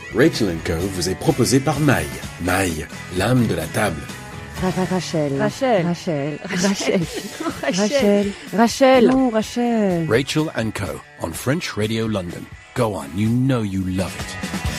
Rachel & Co vous est proposé par Maï. Maï, l'âme de la table. Rachel. Rachel & Co on French Radio London. Go on, you know you love it.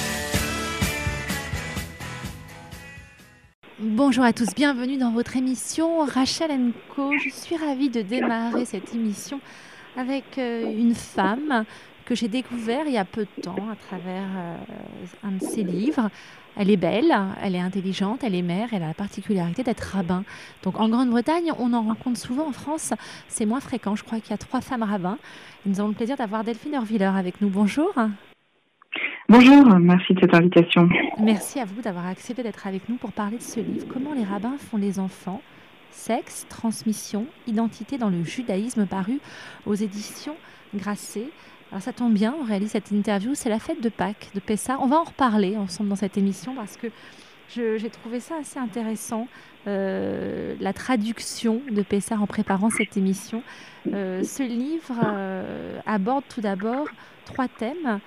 Bonjour à tous, bienvenue dans votre émission Rachel & Co. Je suis ravie de démarrer cette émission avec une femme que j'ai découvert il y a peu de temps à travers un de ses livres. Elle est belle, elle est intelligente, elle est mère, elle a la particularité d'être rabbin. Donc en Grande-Bretagne, on en rencontre souvent. En France, c'est moins fréquent. Je crois qu'il y a 3 femmes rabbins. Et nous avons le plaisir d'avoir Delphine Hurwiller avec nous. Bonjour. Bonjour, merci de cette invitation. Merci à vous d'avoir accepté d'être avec nous pour parler de ce livre. Comment les rabbins font les enfants ? Sexe, transmission, identité dans le judaïsme, paru aux éditions Grasset. Alors ça tombe bien, on réalise cette interview, c'est la fête de Pâques, de Pessah. On va en reparler ensemble dans cette émission parce que j'ai trouvé ça assez intéressant, la traduction de Pessah en préparant cette émission. Ce livre aborde tout d'abord 3 thèmes,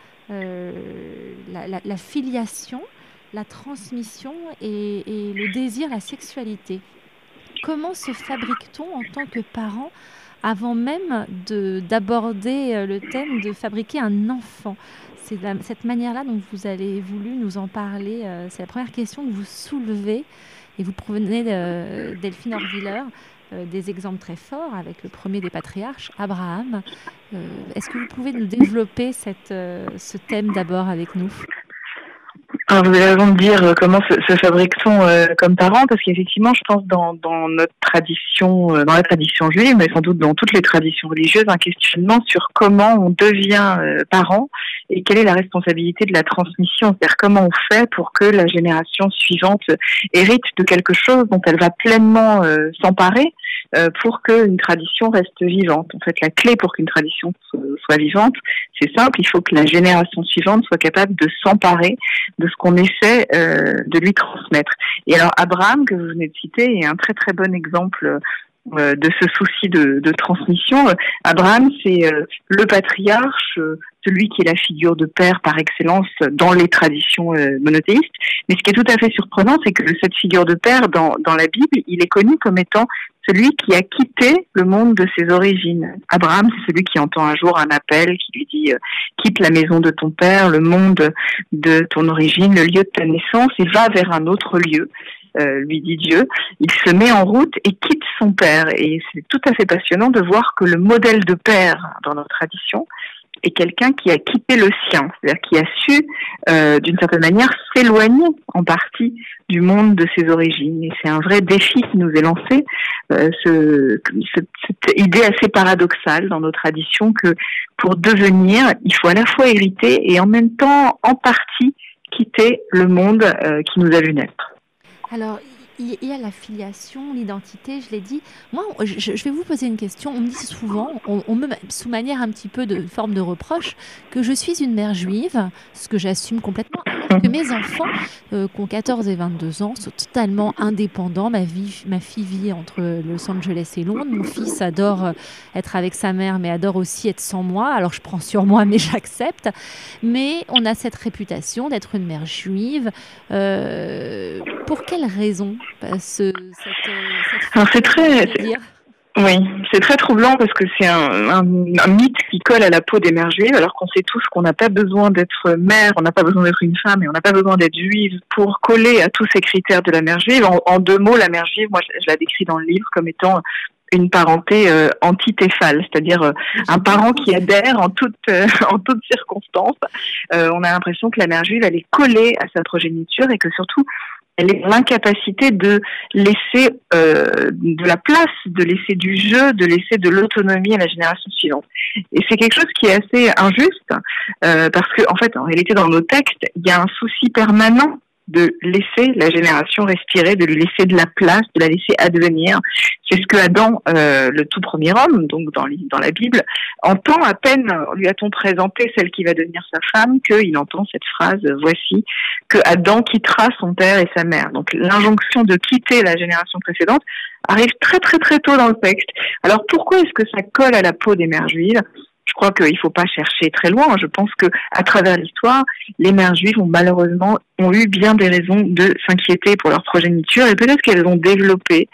la filiation, la transmission et le désir, la sexualité. Comment se fabrique-t-on en tant que parent avant même d'aborder le thème de fabriquer un enfant? C'est cette manière-là dont vous avez voulu nous en parler. C'est la première question que vous soulevez et vous provenez de Delphine Hurwiller, des exemples très forts avec le premier des patriarches, Abraham. Est-ce que vous pouvez nous développer ce thème d'abord avec nous ? Alors vous avez raison de dire comment se fabrique-t-on comme parents, parce qu'effectivement, je pense dans notre tradition, dans la tradition juive, mais sans doute dans toutes les traditions religieuses, un questionnement sur comment on devient parent et quelle est la responsabilité de la transmission, c'est-à-dire comment on fait pour que la génération suivante hérite de quelque chose dont elle va pleinement s'emparer pour qu'une tradition reste vivante. En fait, la clé pour qu'une tradition soit vivante, c'est simple, il faut que la génération suivante soit capable de s'emparer de ce qu'on essaie de lui transmettre. Et alors Abraham, que vous venez de citer, est un très très bon exemple de ce souci de transmission. Abraham, c'est le patriarche, celui qui est la figure de père par excellence dans les traditions monothéistes. Mais ce qui est tout à fait surprenant, c'est que cette figure de père dans la Bible, il est connu comme étant celui qui a quitté le monde de ses origines. Abraham, c'est celui qui entend un jour un appel qui lui dit quitte la maison de ton père, le monde de ton origine, le lieu de ta naissance et va vers un autre lieu. Lui dit Dieu, il se met en route et quitte son père. Et c'est tout à fait passionnant de voir que le modèle de père dans notre tradition est quelqu'un qui a quitté le sien, c'est-à-dire qui a su, d'une certaine manière, s'éloigner en partie du monde de ses origines. Et c'est un vrai défi qui nous est lancé, cette idée assez paradoxale dans nos traditions que pour devenir, il faut à la fois hériter et en même temps, en partie, quitter le monde qui nous a vu naître. Alors, il y a la filiation, l'identité, je l'ai dit. Moi, je vais vous poser une question. On me dit souvent, on me, sous manière un petit peu de forme de reproche, que je suis une mère juive, ce que j'assume complètement, alors que mes enfants, qui ont 14 et 22 ans, sont totalement indépendants. Ma fille vit entre Los Angeles et Londres. Mon fils adore être avec sa mère, mais adore aussi être sans moi. Alors, je prends sur moi, mais j'accepte. Mais on a cette réputation d'être une mère juive. Pour quelle raison cette alors c'est très troublant parce que c'est un mythe qui colle à la peau des mères juives, alors qu'on sait tous qu'on n'a pas besoin d'être mère, on n'a pas besoin d'être une femme et on n'a pas besoin d'être juive pour coller à tous ces critères de la mère juive. En 2 mots, la mère juive, moi je la décris dans le livre comme étant une parenté antitéphale, c'est-à-dire un parent qui adhère en toutes circonstances. On a l'impression que la mère juive, elle est collée à sa progéniture et que surtout, elle est dans l'incapacité de laisser de la place, de laisser du jeu, de laisser de l'autonomie à la génération suivante. Et c'est quelque chose qui est assez injuste parce que, en fait, en réalité, dans nos textes, il y a un souci permanent de laisser la génération respirer, de lui laisser de la place, de la laisser advenir. C'est ce que Adam, le tout premier homme, donc dans la Bible, entend à peine, lui a-t-on présenté celle qui va devenir sa femme, qu'il entend cette phrase, voici, que Adam quittera son père et sa mère. Donc l'injonction de quitter la génération précédente arrive très très très tôt dans le texte. Alors pourquoi est-ce que ça colle à la peau des mères juives ? Je crois qu'il ne faut pas chercher très loin. Je pense que à travers l'histoire, les mères juives ont eu bien des raisons de s'inquiéter pour leur progéniture, et peut-être qu'elles ont développé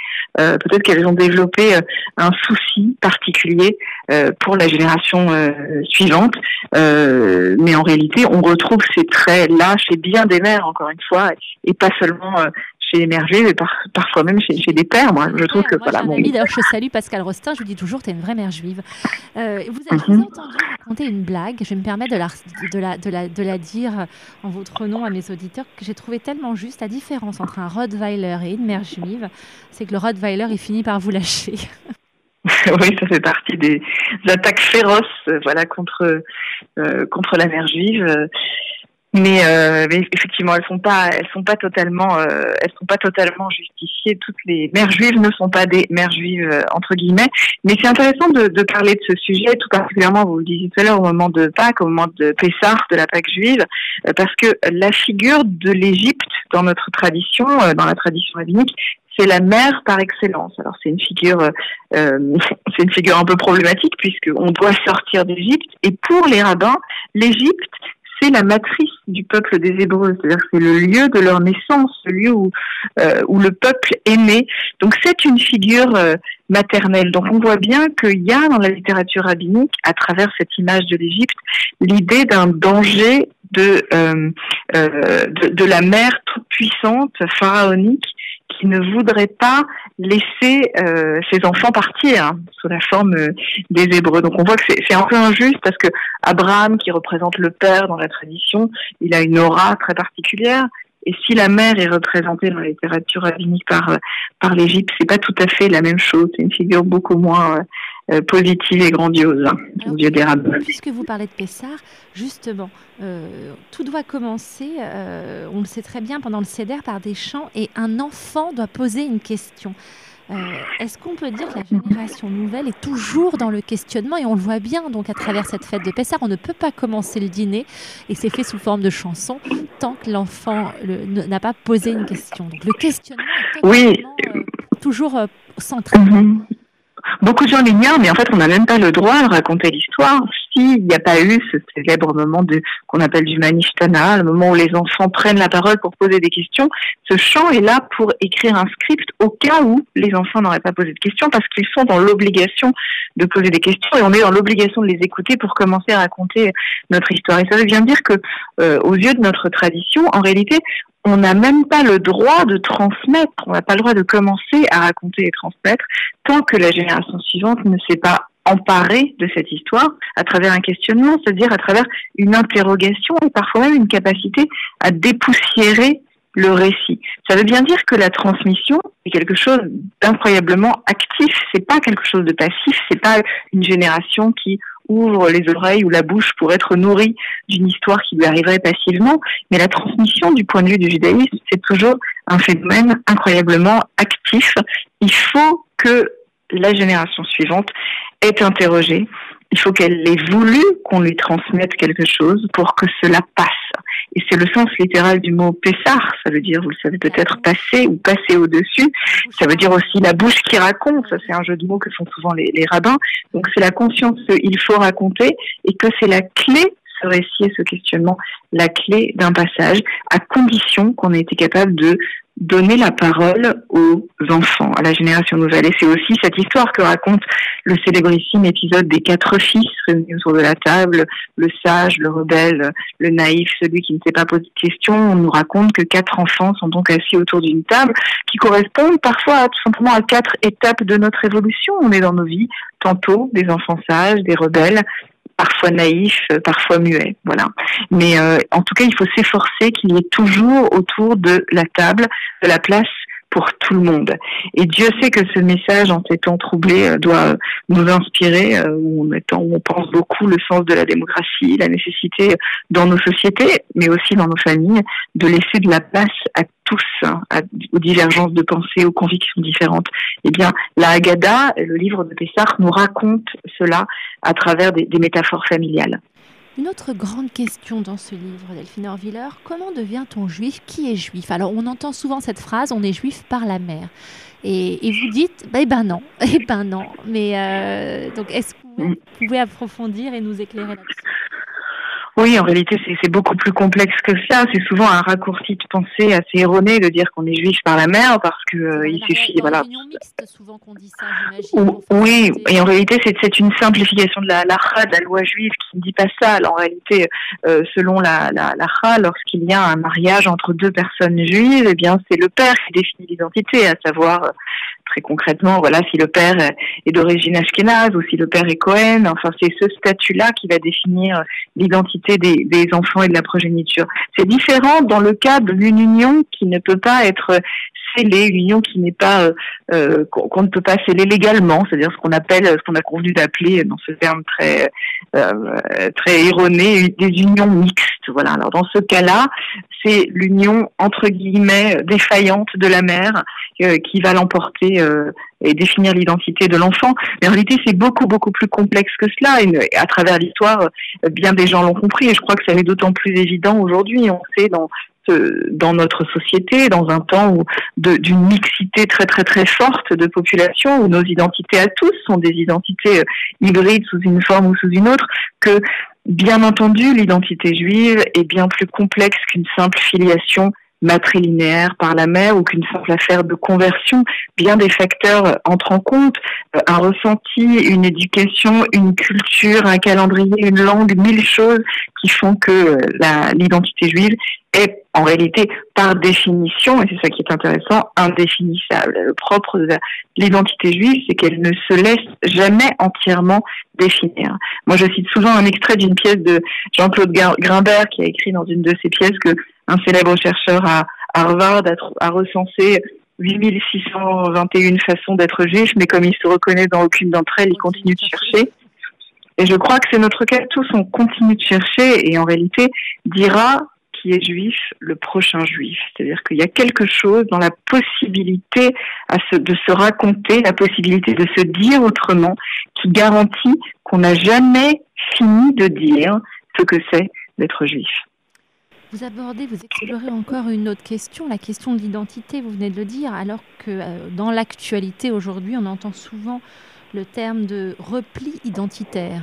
un souci particulier pour la génération suivante. Mais en réalité, on retrouve ces traits-là chez bien des mères, encore une fois, et pas seulement chez les mères juives, et parfois même chez des pères. Moi, je trouve que moi, j'ai un ami, d'ailleurs, je salue Pascal Rostin, je lui dis toujours, t'es une vraie mère juive. Vous avez entendu raconter une blague, je me permets de la dire en votre nom à mes auditeurs, que j'ai trouvé tellement juste. La différence entre un Rottweiler et une mère juive, c'est que le Rottweiler, il finit par vous lâcher. Oui, ça fait partie des attaques féroces, contre la mère juive. Mais effectivement, elles sont pas totalement justifiées. Toutes les mères juives ne sont pas des mères juives entre guillemets. Mais c'est intéressant de parler de ce sujet, tout particulièrement, vous le disiez tout à l'heure, au moment de Pâques, au moment de Pessah, de la Pâque juive, parce que la figure de l'Égypte dans notre tradition, dans la tradition rabbinique, c'est la mère par excellence. Alors c'est une figure un peu problématique, puisque on doit sortir d'Égypte, et pour les rabbins, l'Égypte, c'est la matrice du peuple des Hébreux, c'est-à-dire que c'est le lieu de leur naissance, le lieu où le peuple est né. Donc c'est une figure maternelle. Donc on voit bien qu'il y a dans la littérature rabbinique, à travers cette image de l'Égypte, l'idée d'un danger de la mère toute puissante, pharaonique, qui ne voudrait pas laisser ses enfants partir sous la forme des Hébreux. Donc on voit que c'est un peu injuste, parce que Abraham, qui représente le père dans la tradition, il a une aura très particulière. Et si la mère est représentée dans la littérature rabbinique par l'Égypte, c'est pas tout à fait la même chose. C'est une figure beaucoup moins positive et grandiose au dieu des rabbins. Puisque vous parlez de Pessah, justement, tout doit commencer, on le sait très bien, pendant le Seder, par des chants, et un enfant doit poser une question. Est-ce qu'on peut dire que la génération nouvelle est toujours dans le questionnement, et on le voit bien donc à travers cette fête de Pessah, on ne peut pas commencer le dîner, et c'est fait sous forme de chanson, tant que l'enfant n'a pas posé une question. Donc le questionnement est toujours central. Beaucoup de gens l'ignorent, mais en fait, on n'a même pas le droit de raconter l'histoire s'il n'y a pas eu ce célèbre moment qu'on appelle du Manishtana, le moment où les enfants prennent la parole pour poser des questions. Ce chant est là pour écrire un script au cas où les enfants n'auraient pas posé de questions, parce qu'ils sont dans l'obligation de poser des questions, et on est dans l'obligation de les écouter pour commencer à raconter notre histoire. Et ça veut bien dire que, aux yeux de notre tradition, en réalité, on n'a même pas le droit de transmettre, on n'a pas le droit de commencer à raconter et transmettre tant que la génération suivante ne s'est pas emparée de cette histoire à travers un questionnement, c'est-à-dire à travers une interrogation, et parfois même une capacité à dépoussiérer le récit. Ça veut bien dire que la transmission est quelque chose d'incroyablement actif, c'est pas quelque chose de passif, c'est pas une génération qui ouvre les oreilles ou la bouche pour être nourrie d'une histoire qui lui arriverait passivement, mais la transmission du point de vue du judaïsme, c'est toujours un phénomène incroyablement actif. Il faut que la génération suivante ait interrogé, il faut qu'elle ait voulu qu'on lui transmette quelque chose pour que cela passe. Et c'est le sens littéral du mot Pessah, ça veut dire, vous le savez peut-être, passer ou passer au-dessus. Ça veut dire aussi la bouche qui raconte, ça c'est un jeu de mots que font souvent les rabbins. Donc c'est la conscience qu'il faut raconter, et que c'est la clé, ce récit et ce questionnement, la clé d'un passage, à condition qu'on ait été capable de donner la parole aux enfants, à la génération nouvelle. Et c'est aussi cette histoire que raconte le célébrissime épisode des 4 fils réunis autour de la table, le sage, le rebelle, le naïf, celui qui ne s'est pas posé de questions. On nous raconte que 4 enfants sont donc assis autour d'une table qui correspondent parfois tout simplement à 4 étapes de notre évolution. On est dans nos vies, tantôt des enfants sages, des rebelles, parfois naïfs, parfois muets, voilà. Mais en tout cas, il faut s'efforcer qu'il y ait toujours autour de la table de la place pour tout le monde. Et Dieu sait que ce message, en ces temps troublés, doit nous inspirer, où on pense beaucoup le sens de la démocratie, la nécessité dans nos sociétés, mais aussi dans nos familles, de laisser de la place à tous, aux divergences de pensée, aux convictions différentes. Eh bien, la Haggadah, le livre de Pessah, nous raconte cela à travers des métaphores familiales. Une autre grande question dans ce livre, Delphine Horviller, comment devient-on juif? Qui est juif? Alors, on entend souvent cette phrase, on est juif par la mère. Et vous dites, eh ben non. Mais donc, est-ce que vous Vous pouvez approfondir et nous éclairer là-dessus. Oui, en réalité, c'est beaucoup plus complexe que ça. C'est souvent un raccourci de pensée assez erroné de dire qu'on est juif par la mère parce que il suffit, voilà. C'est dans les réunions mixtes souvent qu'on dit ça, j'imagine. Oui, et en réalité, c'est une simplification de la halakha, de la loi juive, qui ne dit pas ça. Alors, en réalité, selon la halakha, lorsqu'il y a un mariage entre deux personnes juives, eh bien, c'est le père qui définit l'identité, à savoir très concrètement, voilà, si le père est d'origine ashkénaze ou si le père est Cohen. Enfin, c'est ce statut-là qui va définir l'identité des enfants et de la progéniture. C'est différent dans le cas d'une union qui ne peut pas être scellée, une union qui n'est pas qu'on ne peut pas sceller légalement, c'est-à-dire ce qu'on a convenu d'appeler dans ce terme très erroné des unions mixtes. Voilà. Alors dans ce cas-là, c'est l'union entre guillemets défaillante de la mère qui va l'emporter et définir l'identité de l'enfant. Mais en réalité, c'est beaucoup plus complexe que cela. Et à travers l'histoire, bien des gens l'ont compris. Et je crois que ça est d'autant plus évident aujourd'hui. On sait dans notre société, dans un temps d'une mixité très forte de population, où nos identités à tous sont des identités hybrides sous une forme ou sous une autre, que bien entendu, l'identité juive est bien plus complexe qu'une simple filiation matrilinéaire par la mère ou qu'une simple affaire de conversion. Bien des facteurs entrent en compte, un ressenti, une éducation, une culture, un calendrier, une langue, 1000 choses qui font que l'identité juive est en réalité par définition, et c'est ça qui est intéressant, indéfinissable. Le propre de l'identité juive, c'est qu'elle ne se laisse jamais entièrement définir. Moi, je cite souvent un extrait d'une pièce de Jean-Claude Grimbert qui a écrit dans une de ses pièces que un célèbre chercheur à Harvard a recensé 8621 façons d'être juif, mais comme il se reconnaît dans aucune d'entre elles, il continue de chercher. Et je crois que c'est notre cas, tous on continue de chercher, et en réalité, dira qui est juif le prochain juif. C'est-à-dire qu'il y a quelque chose dans la possibilité de se raconter, la possibilité de se dire autrement, qui garantit qu'on n'a jamais fini de dire ce que c'est d'être juif. Vous explorez encore une autre question, la question de l'identité, vous venez de le dire, alors que dans l'actualité aujourd'hui, on entend souvent le terme de repli identitaire.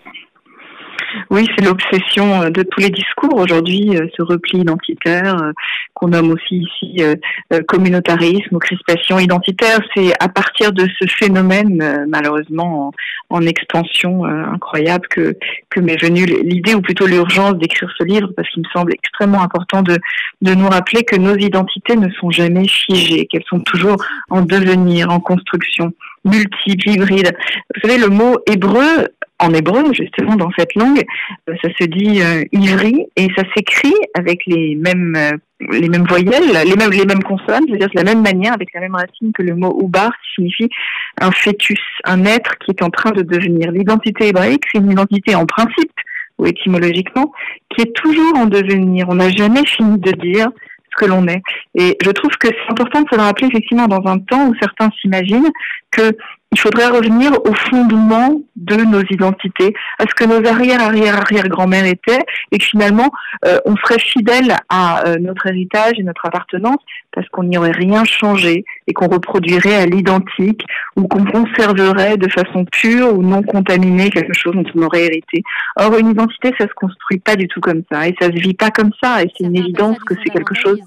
Oui, c'est l'obsession de tous les discours aujourd'hui, ce repli identitaire qu'on nomme aussi ici communautarisme ou crispation identitaire. C'est à partir de ce phénomène, malheureusement en expansion incroyable, que m'est venue l'idée, ou plutôt l'urgence d'écrire ce livre, parce qu'il me semble extrêmement important de nous rappeler que nos identités ne sont jamais figées, qu'elles sont toujours en devenir, en construction, multiples, hybrides. Vous savez, le mot hébreu, en hébreu, justement, dans cette langue, ça se dit ivri, et ça s'écrit avec les mêmes voyelles, les mêmes consonnes, c'est-à-dire de la même manière, avec la même racine que le mot oubar, qui signifie un fœtus, un être qui est en train de devenir. L'identité hébraïque, c'est une identité en principe, ou étymologiquement, qui est toujours en devenir. On n'a jamais fini de dire ce que l'on est. Et je trouve que c'est important de se le rappeler, effectivement, dans un temps où certains s'imaginent qu'il faudrait revenir au fondement de nos identités, à ce que nos arrière-grand-mères étaient, et que finalement, on serait fidèle à notre héritage et notre appartenance, parce qu'on n'y aurait rien changé, et qu'on reproduirait à l'identique, ou qu'on conserverait de façon pure ou non contaminée quelque chose dont on aurait hérité. Or, une identité, ça se construit pas du tout comme ça, et ça se vit pas comme ça, et c'est une évidence que c'est quelque chose...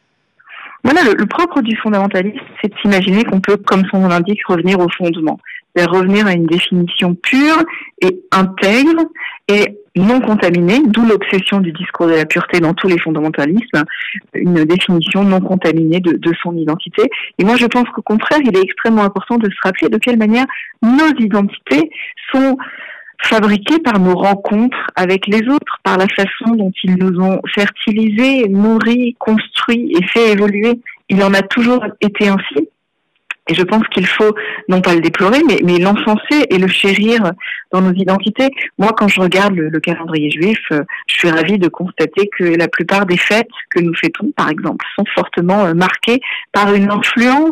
Voilà, le propre du fondamentalisme, c'est de s'imaginer qu'on peut, comme son nom l'indique, revenir au fondement. C'est revenir à une définition pure et intègre et non contaminée, d'où l'obsession du discours de la pureté dans tous les fondamentalismes, une définition non contaminée de son identité. Et moi, je pense qu'au contraire, il est extrêmement important de se rappeler de quelle manière nos identités sont fabriqués par nos rencontres avec les autres, par la façon dont ils nous ont fertilisés, nourris, construits et fait évoluer. Il en a toujours été ainsi. Et je pense qu'il faut, non pas le déplorer, mais l'encenser et le chérir dans nos identités. Moi, quand je regarde le calendrier juif, je suis ravie de constater que la plupart des fêtes que nous fêtons, par exemple, sont fortement marquées par une influence,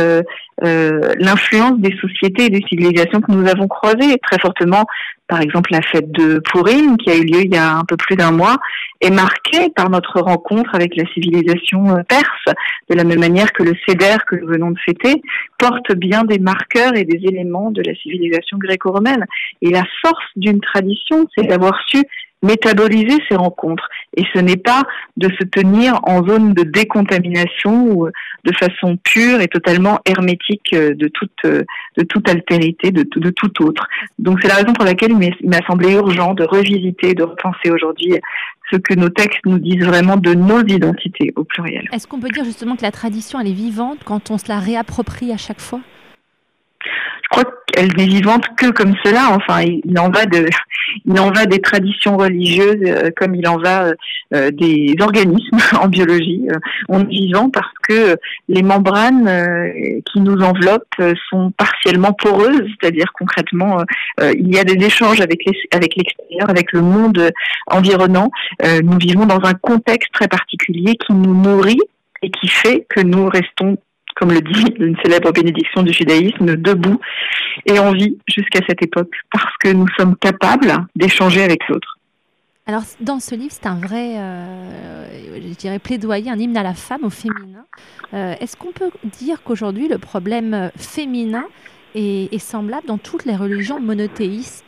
l'influence des sociétés et des civilisations que nous avons croisées très fortement. Par exemple, la fête de Purim, qui a eu lieu il y a un peu plus d'un mois, est marquée par notre rencontre avec la civilisation perse, de la même manière que le Seder que nous venons de fêter porte bien des marqueurs et des éléments de la civilisation gréco-romaine. Et la force d'une tradition, c'est d'avoir su métaboliser ces rencontres. Et ce n'est pas de se tenir en zone de décontamination ou de façon pure et totalement hermétique de toute altérité, de tout autre. Donc c'est la raison pour laquelle il m'a semblé urgent de revisiter, de repenser aujourd'hui ce que nos textes nous disent vraiment de nos identités au pluriel. Est-ce qu'on peut dire justement que la tradition, elle est vivante quand on se la réapproprie à chaque fois ? Je crois qu'elle n'est vivante que comme cela. Enfin, il en va des traditions religieuses comme il en va des organismes en biologie. On est vivant parce que les membranes qui nous enveloppent sont partiellement poreuses, c'est-à-dire concrètement, il y a des échanges avec l'extérieur, avec le monde environnant. Nous vivons dans un contexte très particulier qui nous nourrit et qui fait que nous restons, comme le dit une célèbre bénédiction du judaïsme, debout et en vie jusqu'à cette époque, parce que nous sommes capables d'échanger avec l'autre. Alors, dans ce livre, c'est un vrai, je dirais, plaidoyer, un hymne à la femme, au féminin. Est-ce qu'on peut dire qu'aujourd'hui, le problème féminin est semblable dans toutes les religions monothéistes ?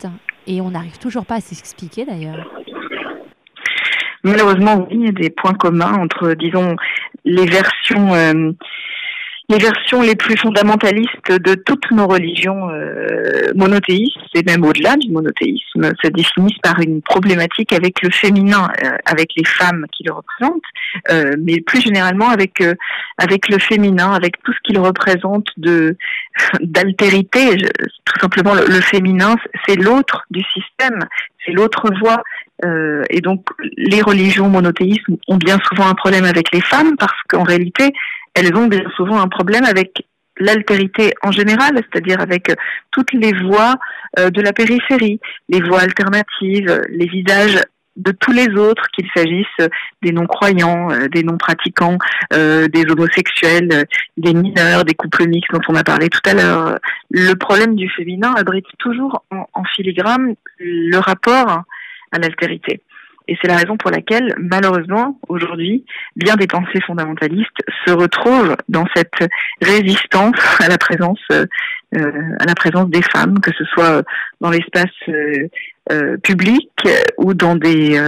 Et on n'arrive toujours pas à s'expliquer, d'ailleurs. Malheureusement, oui, il y a des points communs entre, disons, les versions les plus fondamentalistes de toutes nos religions monothéistes, et même au-delà du monothéisme, se définissent par une problématique avec le féminin, avec les femmes qui le représentent, mais plus généralement avec le féminin, avec tout ce qu'il représente d'altérité. Tout simplement, le féminin, c'est l'autre du système, c'est l'autre voie. Et donc, les religions monothéistes ont bien souvent un problème avec les femmes parce qu'en réalité, elles ont bien souvent un problème avec l'altérité en général, c'est-à-dire avec toutes les voies de la périphérie, les voies alternatives, les visages de tous les autres, qu'il s'agisse des non-croyants, des non-pratiquants, des homosexuels, des mineurs, des couples mixtes dont on a parlé tout à l'heure. Le problème du féminin abrite toujours en filigrane le rapport à l'altérité. Et c'est la raison pour laquelle, malheureusement, aujourd'hui, bien des pensées fondamentalistes se retrouvent dans cette résistance à la présence des femmes, que ce soit dans l'espace public ou dans du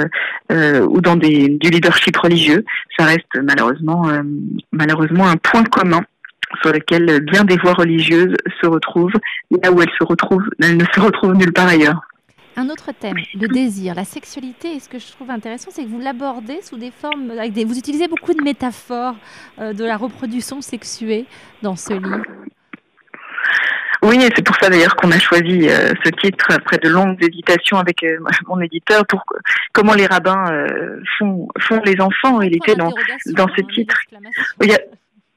leadership religieux. Ça reste malheureusement un point commun sur lequel bien des voies religieuses se retrouvent, là où elles ne se retrouvent nulle part ailleurs. Un autre thème, le désir, la sexualité. Et ce que je trouve intéressant, c'est que vous l'abordez sous des formes, vous utilisez beaucoup de métaphores de la reproduction sexuée dans ce livre. Oui, et c'est pour ça d'ailleurs qu'on a choisi ce titre après de longues hésitations avec mon éditeur pour comment les rabbins font les enfants. En réalité, dans ce titre, il y a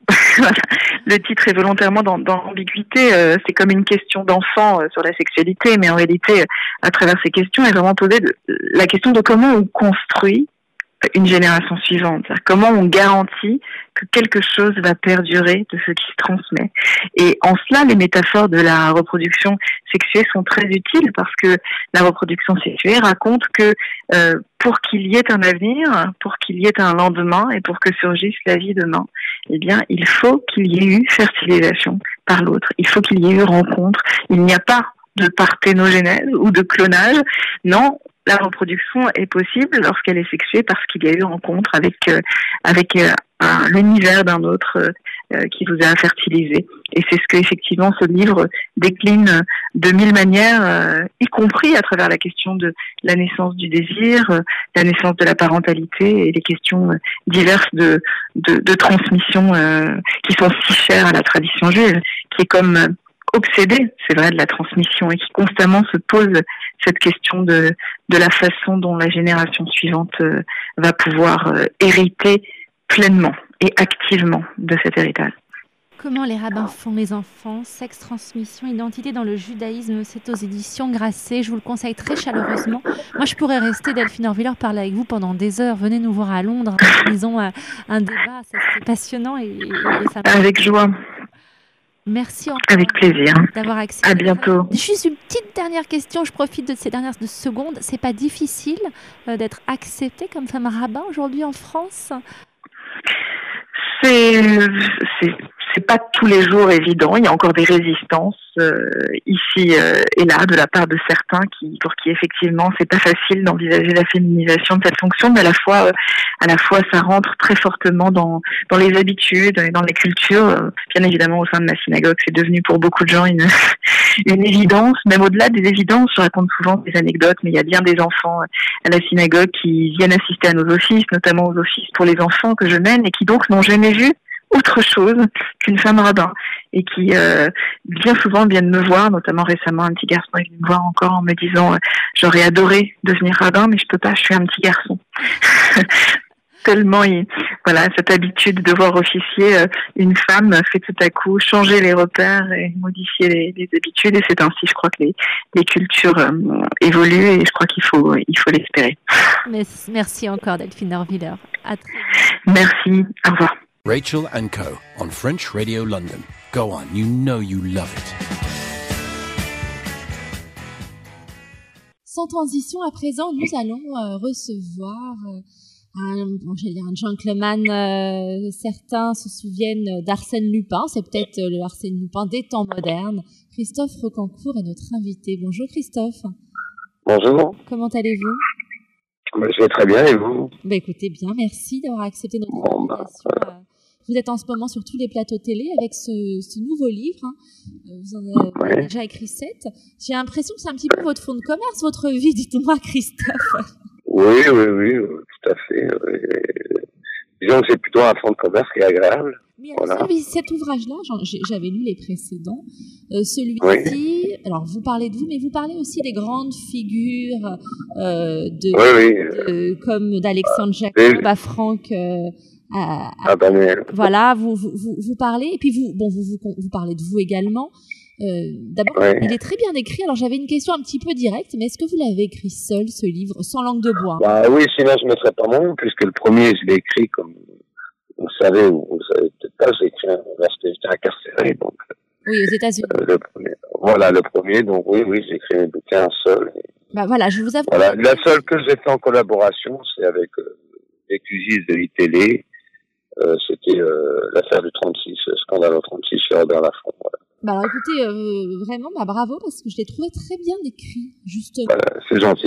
le titre est volontairement dans l'ambiguïté. C'est comme une question d'enfant sur la sexualité, mais en réalité, à travers ces questions, est vraiment posée la question de comment on construit une génération suivante. C'est-à-dire comment on garantit que quelque chose va perdurer de ce qui se transmet. Et en cela, les métaphores de la reproduction sexuée sont très utiles parce que la reproduction sexuée raconte que pour qu'il y ait un avenir, pour qu'il y ait un lendemain et pour que surgisse la vie demain, eh bien, il faut qu'il y ait eu fertilisation par l'autre. Il faut qu'il y ait eu rencontre. Il n'y a pas de parthénogénèse ou de clonage. Non, la reproduction est possible lorsqu'elle est sexuée parce qu'il y a eu rencontre avec l'univers d'un autre qui vous a fertilisé. Et c'est ce que effectivement ce livre décline de mille manières, y compris à travers la question de la naissance du désir, la naissance de la parentalité et les questions diverses de transmission qui sont si chères à la tradition juive, qui est comme obsédée, c'est vrai, de la transmission et qui constamment se pose cette question de la façon dont la génération suivante va pouvoir hériter pleinement et activement de cet héritage. Comment les rabbins font les enfants, sexe, transmission, identité dans le judaïsme, c'est aux éditions Grasset. Je vous le conseille très chaleureusement. Moi, je pourrais rester, Delphine Orviller, parler avec vous pendant des heures. Venez nous voir à Londres, disons un débat, c'est passionnant et ça. Avec joie. Merci encore. Avec plaisir. D'avoir accepté. À bientôt. Juste une petite dernière question. Je profite de ces dernières secondes. C'est pas difficile d'être acceptée comme femme rabbin aujourd'hui en France ? C'est c'est pas tous les jours évident. Il y a encore des résistances ici et là de la part de certains pour qui effectivement c'est pas facile d'envisager la féminisation de cette fonction, mais à la fois ça rentre très fortement dans les habitudes et dans les cultures. Bien évidemment au sein de ma synagogue, c'est devenu pour beaucoup de gens une évidence. Même au-delà des évidences, je raconte souvent des anecdotes, mais il y a bien des enfants à la synagogue qui viennent assister à nos offices, notamment aux offices pour les enfants que je mène, et qui donc n'ont jamais vu autre chose qu'une femme rabbin, et qui bien souvent viennent me voir. Notamment récemment, un petit garçon est venu me voir encore en me disant j'aurais adoré devenir rabbin, mais je peux pas, je suis un petit garçon. Tellement cette habitude de voir officier une femme fait tout à coup changer les repères et modifier les habitudes, et c'est ainsi, je crois, que les cultures évoluent, et je crois qu'il faut l'espérer. Merci encore Delphine Horviller. À très vite. Merci, au revoir. Rachel and Co. on French Radio London. Go on, you know you love it. Sans transition, à présent, nous allons recevoir un gentleman. Certains se souviennent d'Arsène Lupin. C'est peut-être le Arsène Lupin des temps modernes. Christophe Rocancourt est notre invité. Bonjour Christophe. Bonjour. Comment allez-vous ? Je vais très bien, et vous ? Écoutez, bien, merci d'avoir accepté notre invitation. Vous êtes en ce moment sur tous les plateaux télé avec ce nouveau livre. Vous en avez déjà écrit 7. J'ai l'impression que c'est un petit peu votre fonds de commerce, votre vie. Dites-moi, Christophe. Oui, tout à fait. Disons que c'est plutôt un fonds de commerce qui est agréable. Mais alors, cet ouvrage-là, j'avais lu les précédents. Celui-ci, alors vous parlez de vous, mais vous parlez aussi des grandes figures comme d'Alexandre Jacob à Franck. Daniel. Voilà, vous parlez, et puis vous parlez de vous également. D'abord, il est très bien écrit. Alors j'avais une question un petit peu directe, mais est-ce que vous l'avez écrit seul, ce livre, sans langue de bois ? Oui, sinon je ne mettrais pas mon nom, puisque le premier, je l'ai écrit comme vous savez peut-être pas, j'ai écrit lorsque j'étais incarcéré, donc. Oui, aux États-Unis. Le premier, donc oui, j'ai écrit mes bouquins seul. Voilà, je vous avoue. Voilà, la seule que j'ai fait en collaboration, c'est avec les QGIS de l'ITélé. C'était l'affaire du 36, scandale au 36 chez Robert Laffont. Voilà. Alors écoutez, vraiment, bravo, parce que je l'ai trouvé très bien écrit, justement. C'est gentil.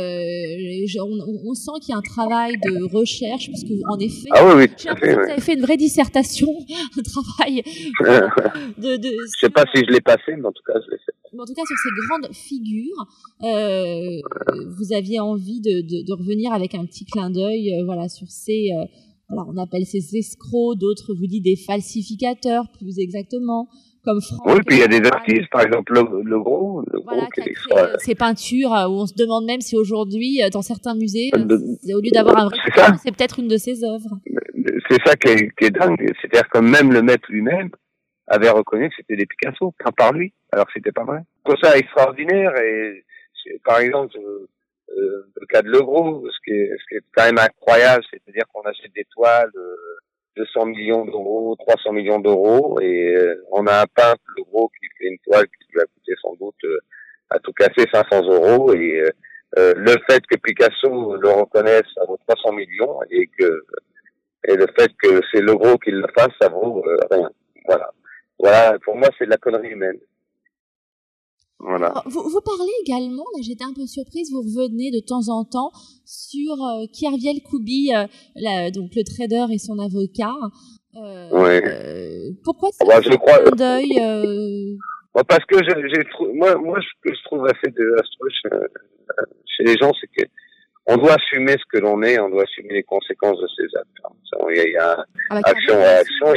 On sent qu'il y a un travail de recherche, parce que en effet, j'ai l'impression que vous avez fait une vraie dissertation, un travail je sais pas si je l'ai passé, mais en tout cas, je l'ai fait. En tout cas, sur ces grandes figures, vous aviez envie de revenir avec un petit clin d'œil, sur ces... alors, on appelle ces escrocs, d'autres vous disent des falsificateurs, plus exactement, comme Franck. Oui, puis il y a des artistes, par exemple le gros qui a créé ces peintures où on se demande même si aujourd'hui, dans certains musées, au lieu d'avoir un vrai tableau, c'est peut-être une de ses œuvres. C'est ça qui est dingue, c'est-à-dire que même le maître lui-même avait reconnu que c'était des Picasso, peint par lui, alors que c'était pas vrai. C'est ça extraordinaire, et par exemple, le cas de Legros, ce qui est quand même incroyable, c'est-à-dire qu'on achète des toiles 200 millions d'euros, 300 millions d'euros, et on a un peintre, Legros, qui fait une toile qui lui a coûté sans doute à tout casser 500 euros, et le fait que Picasso le reconnaisse, ça vaut 300 millions, et le fait que c'est Legros qui le fasse, ça vaut rien. Voilà, pour moi, c'est de la connerie humaine. Voilà. Alors, vous parlez également, là j'étais un peu surprise, vous revenez de temps en temps sur Kerviel Koubi, donc le trader et son avocat. Pourquoi ce clin d'œil Parce que moi ce que je trouve assez désastreux chez les gens, c'est que on doit assumer ce que l'on est, on doit assumer les conséquences de ses actes. Il y a action-réaction.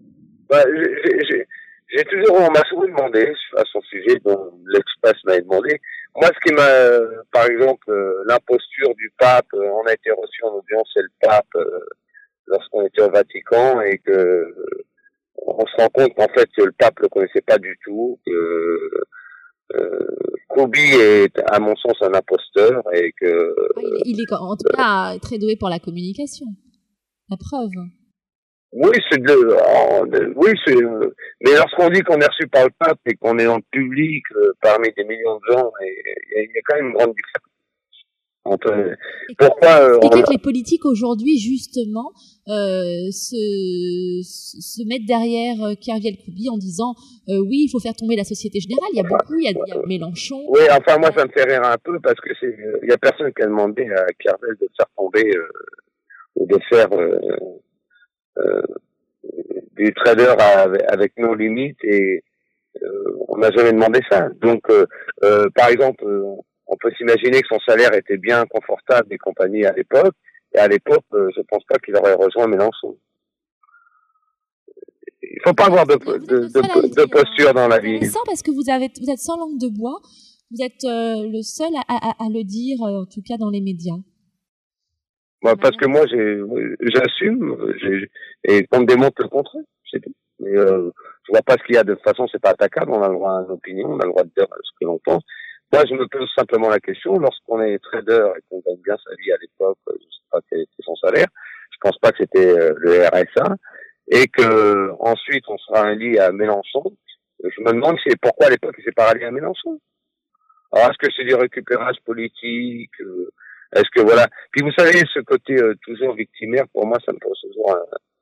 J'ai toujours, on m'a souvent demandé à son sujet, dont l'Express m'a demandé. Moi, ce qui m'a, par exemple, l'imposture du pape, on a été reçu en audience chez le pape lorsqu'on était au Vatican, et que on se rend compte qu'en fait que le pape le connaissait pas du tout, que Koubi est, à mon sens, un imposteur, et que il est en tout cas très doué pour la communication. La preuve. Oui, mais lorsqu'on dit qu'on est reçu par le pape et qu'on est en public parmi des millions de gens, il y a quand même une grande différence. Pourquoi expliquer que les politiques aujourd'hui, justement, se mettent derrière Pierre Vielcoubi en disant oui, il faut faire tomber la Société Générale. Il y a Mélenchon. Oui, enfin moi ça me fait rire un peu parce que il y a personne qui a demandé à Kervel de faire tomber ou de faire des traders avec nos limites et on n'a jamais demandé ça. Donc par exemple, on peut s'imaginer que son salaire était bien confortable et compagnie à l'époque. Et à l'époque, je pense pas qu'il aurait rejoint Mélenchon. Il faut pas avoir de posture dans la vie. C'est intéressant parce que vous êtes sans langue de bois. Vous êtes le seul à le dire, en tout cas dans les médias. Bah, parce que moi, j'assume et qu'on me démontre le contraire. C'est tout. Mais je vois pas ce qu'il y a de toute façon. C'est pas attaquable. On a le droit à une opinion. On a le droit de dire ce que l'on pense. Moi, je me pose simplement la question, lorsqu'on est trader et qu'on gagne bien sa vie à l'époque, je sais pas quel était son salaire, je pense pas que c'était le RSA, et que ensuite on sera rallié à Mélenchon, je me demande pourquoi à l'époque il s'est pas rallié à Mélenchon. Alors, est-ce que c'est du récupérage politique, est-ce que voilà. Puis vous savez, ce côté toujours victimaire, pour moi, ça me pose toujours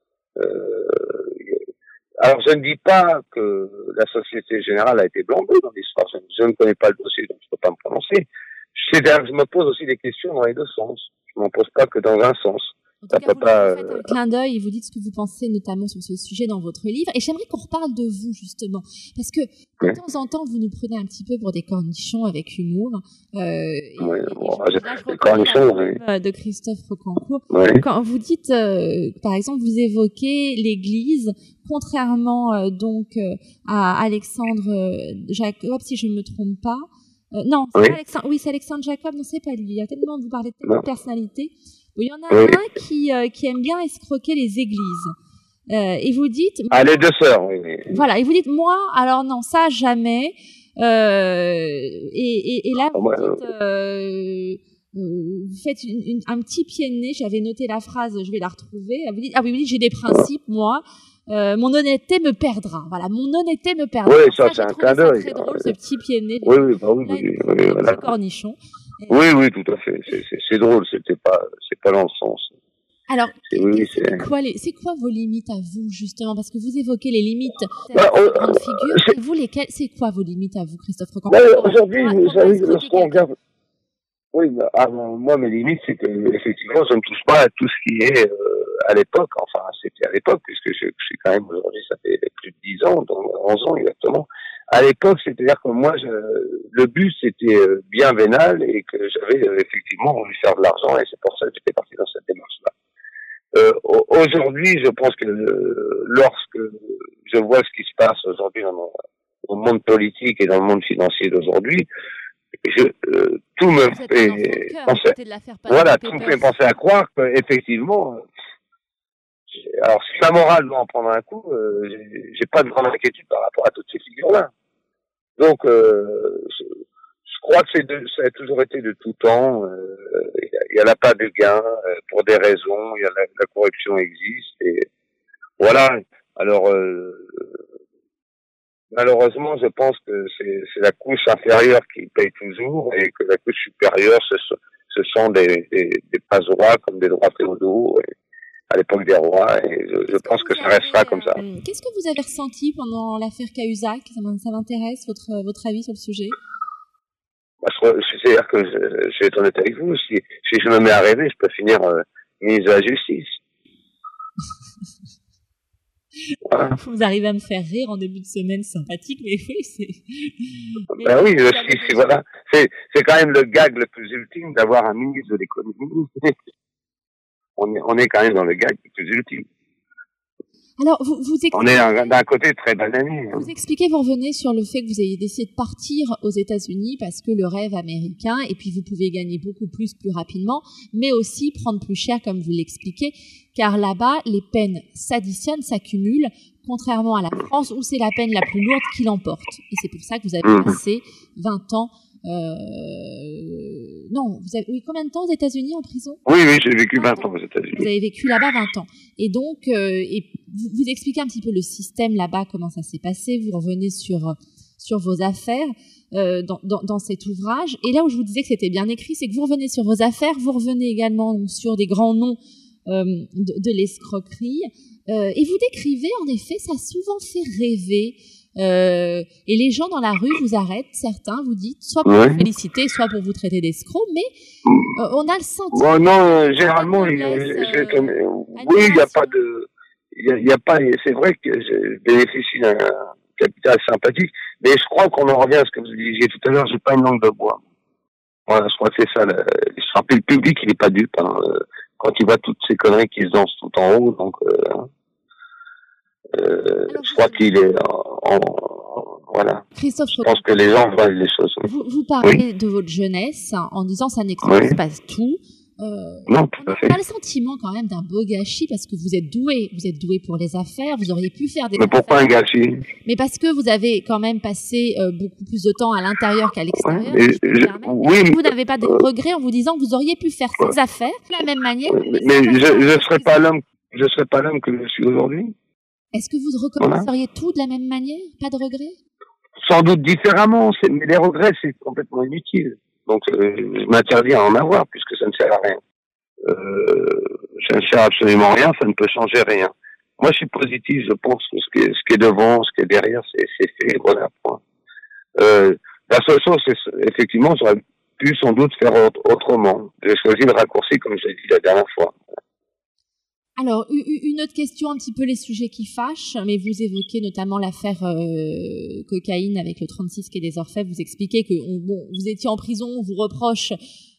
alors, je ne dis pas que la Société Générale a été blanc-bleu dans l'histoire. Je ne connais pas le dossier, donc je ne peux pas me prononcer. Je me pose aussi des questions dans les deux sens. Je ne m'en pose pas que dans un sens. En tout cas, vous faites un clin d'œil et vous dites ce que vous pensez notamment sur ce sujet dans votre livre. Et j'aimerais qu'on reparle de vous, justement. Parce que, de temps en temps, vous nous prenez un petit peu pour des cornichons avec humour. Les cornichons, oui. De Christophe Rocancourt. Oui. Quand vous dites, par exemple, vous évoquez l'Église, contrairement donc à Alexandre Jacob, si je ne me trompe pas. Non, c'est Alexandre Jacob, non, c'est pas lui. Il y a tellement, vous parlez de tellement de personnalités. Il y en a un qui aime bien escroquer les églises. Et vous dites... les deux sœurs, oui. Voilà, et vous dites, moi, alors non, ça, jamais. Et là, vous faites un petit pied de nez, j'avais noté la phrase, je vais la retrouver. Vous dites, vous dites, j'ai des principes, moi. Mon honnêteté me perdra. Voilà, mon honnêteté me perdra. Oui, ça c'est un clin d'œil. C'est très drôle, ce petit pied de nez. Oui, voilà. Cornichon. Oui, tout à fait. C'est drôle, c'est pas dans le sens. Alors, c'est quoi vos limites à vous, justement? Parce que vous évoquez les limites de grandes figures. C'est quoi vos limites à vous, Christophe Rocancourt? Aujourd'hui, vous savez, lorsqu'on regarde... Oui, moi, mes limites, c'est que, effectivement, je ne touche pas à tout ce qui est à l'époque. Enfin, c'était à l'époque, puisque je suis quand même, aujourd'hui, ça fait plus de 10 ans, donc 11 ans exactement. À l'époque, c'est-à-dire que moi, le but, c'était bien vénal et que j'avais effectivement voulu faire de l'argent et c'est pour ça que j'étais parti dans cette démarche-là. Aujourd'hui, je pense que lorsque je vois ce qui se passe aujourd'hui dans le monde politique et dans le monde financier d'aujourd'hui, tout me fait penser, tout me fait penser à croire qu'effectivement, alors si la morale doit en prendre un coup, j'ai pas de grande inquiétude par rapport à toutes ces figures-là. Donc, je crois que ça a toujours été de tout temps. Il y a pas de gain pour des raisons. Il y a la corruption existe et voilà. Alors, malheureusement, je pense que c'est la couche inférieure qui paye toujours et que la couche supérieure, ce sont des passe-droits comme des droits féodaux à l'époque des rois et je pense que ça restera comme ça. Qu'est-ce que vous avez ressenti pendant l'affaire Cahuzac? Ça m'intéresse, votre avis sur le sujet. C'est-à-dire que je vais être honnête avec vous, si je me mets à rêver, je peux finir ministre de la Justice. Voilà. Vous arrivez à me faire rire en début de semaine sympathique, mais oui, c'est... oui, voilà. C'est quand même le gag le plus ultime d'avoir un ministre de l'économie. On est quand même dans le gag le plus ultime. Alors, vous expliquez... On est d'un côté très banané. Vous expliquez, vous revenez sur le fait que vous avez décidé de partir aux États-Unis parce que le rêve américain, et puis vous pouvez gagner beaucoup plus rapidement, mais aussi prendre plus cher, comme vous l'expliquez, car là-bas, les peines s'additionnent, s'accumulent, contrairement à la France où c'est la peine la plus lourde qui l'emporte. Et c'est pour ça que vous avez passé 20 ans... non, vous avez combien de temps aux États-Unis en prison? Oui, j'ai vécu 20 ans aux États-Unis. Vous avez vécu là-bas 20 ans. Et donc, vous expliquez un petit peu le système là-bas, comment ça s'est passé. Vous revenez sur sur vos affaires dans cet ouvrage. Et là où je vous disais que c'était bien écrit, c'est que vous revenez sur vos affaires, vous revenez également sur des grands noms de l'escroquerie. Et vous décrivez, en effet, ça a souvent fait rêver. Et les gens dans la rue vous arrêtent, certains vous dites, soit pour vous féliciter, soit pour vous traiter d'escroc, mais on a le sentiment... non, généralement, oui, il n'y a pas de... Il y a pas, c'est vrai que je bénéficie d'un capital sympathique, mais je crois qu'on en revient à ce que vous disiez tout à l'heure, j'ai pas une langue de bois. Voilà, je crois que c'est ça. Je rappelle, le public, il est pas dupe, hein, quand il voit toutes ces conneries qui se dansent tout en haut, donc je crois qu'il est voilà. Christophe, je pense que les gens voient les choses. Vous parlez de votre jeunesse en disant ça n'explique pas tout. Non, tout à fait. On a le sentiment quand même d'un beau gâchis parce que vous êtes doué pour les affaires, vous auriez pu faire des affaires. Mais pourquoi un gâchis? Mais parce que vous avez quand même passé beaucoup plus de temps à l'intérieur qu'à l'extérieur. Vous n'avez pas de regrets en vous disant que vous auriez pu faire ces affaires de la même manière. Mais je ne serais pas l'homme que je suis aujourd'hui. Est-ce que vous recommenceriez tout de la même manière? Pas de regrets? Sans doute différemment, mais les regrets, c'est complètement inutile. Donc, je m'interdis à en avoir, puisque ça ne sert à rien. Ça ne sert absolument à rien, ça ne peut changer rien. Moi, je suis positif, je pense que ce qui est devant, ce qui est derrière, c'est fait, voilà, point. La seule chose, c'est, effectivement, j'aurais pu sans doute faire autrement. J'ai choisi le raccourci, comme je l'ai dit la dernière fois. Alors, une autre question, un petit peu les sujets qui fâchent, mais vous évoquez notamment l'affaire cocaïne avec le 36 quai des Orfèvres. Vous expliquez que vous étiez en prison, on vous reproche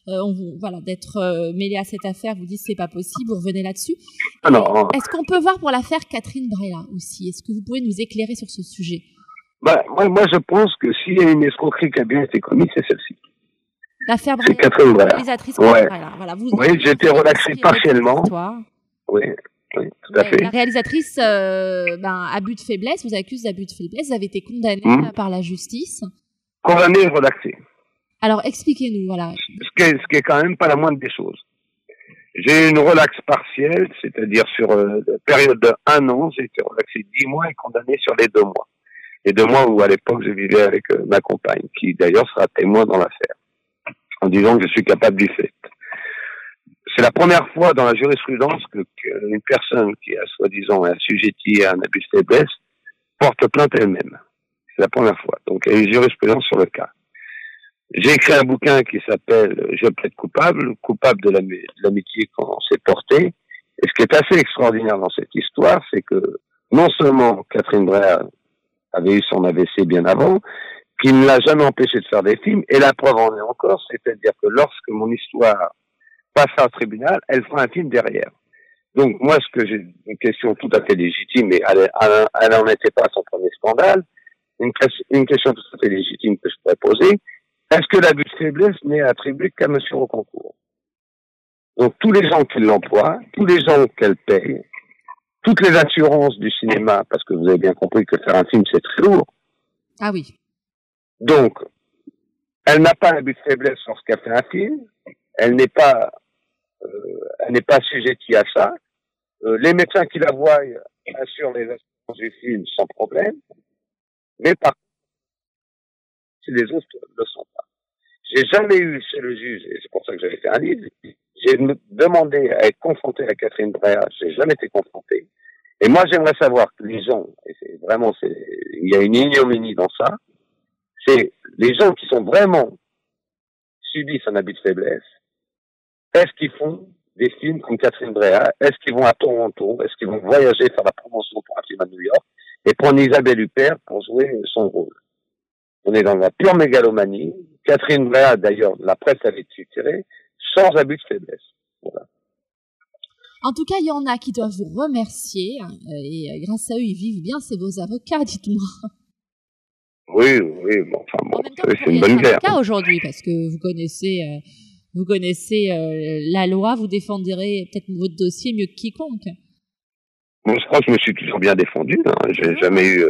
d'être mêlé à cette affaire. Vous dites c'est pas possible, vous revenez là-dessus. Est-ce qu'on peut voir pour l'affaire Catherine Breillat aussi? Est-ce que vous pouvez nous éclairer sur ce sujet? Moi, je pense que s'il y a une escroquerie qui a bien été commise, c'est celle-ci. L'affaire Breillat. C'est Catherine Breillat. Réalisatrice Breillat. Voilà, j'ai été relaxé partiellement. Oui, tout à fait. La réalisatrice, abus de faiblesse, vous accuse d'abus de faiblesse, vous avez été condamnée par la justice. Condamné et relaxé. Alors, expliquez-nous, voilà. Ce qui est quand même pas la moindre des choses. J'ai eu une relaxe partielle, c'est-à-dire sur la période de 1 an, j'ai été relaxé 10 mois et condamné sur les 2 mois. Les 2 mois où, à l'époque, je vivais avec ma compagne, qui d'ailleurs sera témoin dans l'affaire, en disant que je suis capable du fait. C'est la première fois dans la jurisprudence qu'une personne qui a soi-disant assujettie à un abus de faiblesse porte plainte elle-même. C'est la première fois. Donc il y a une jurisprudence sur le cas. J'ai écrit un bouquin qui s'appelle « Je plaide coupable », coupable de l'amitié qu'on s'est portée. Et ce qui est assez extraordinaire dans cette histoire, c'est que non seulement Catherine Breillat avait eu son AVC bien avant, qu'il ne l'a jamais empêché de faire des films, et la preuve en est encore, c'est-à-dire que lorsque mon histoire passera au tribunal, elle fera un film derrière. Donc moi, ce que j'ai une question tout à fait légitime, mais elle n'en était pas à son premier scandale, une question tout à fait légitime que je pourrais poser, est-ce que l'abus de faiblesse n'est attribué qu'à M. Rocancourt? Donc tous les gens qui l'emploient, tous les gens qu'elle paye, toutes les assurances du cinéma, parce que vous avez bien compris que faire un film, c'est très lourd. Ah oui. Donc, elle n'a pas l'abus de faiblesse lorsqu'elle fait un film, elle n'est pas assujettie à ça. Les médecins qui la voient assurent les assurances du film sans problème, mais par contre, si les autres ne le sont pas. J'ai jamais eu chez le juge, et c'est pour ça que j'avais fait un livre, j'ai demandé à être confronté à Catherine Breillat, j'ai jamais été confronté. Et moi, j'aimerais savoir que les gens, et il y a une ignominie dans ça, c'est les gens qui sont vraiment subissent un abus de faiblesse, est-ce qu'ils font des films comme Catherine Breillat? Est-ce qu'ils vont à Toronto? Est-ce qu'ils vont voyager faire la promotion pour un film à New York et prendre Isabelle Huppert pour jouer son rôle? On est dans la pure mégalomanie. Catherine Breillat, d'ailleurs, la presse avait titré sans abus de faiblesse. Voilà. En tout cas, il y en a qui doivent vous remercier et grâce à eux, ils vivent bien. C'est vos avocats, dites-moi. Oui, bon, c'est une bonne guerre. Avocat aujourd'hui, parce que vous connaissez la loi, vous défendrez peut-être votre dossier mieux que quiconque. Moi, je crois que je me suis toujours bien défendu. Hein. J'ai jamais eu.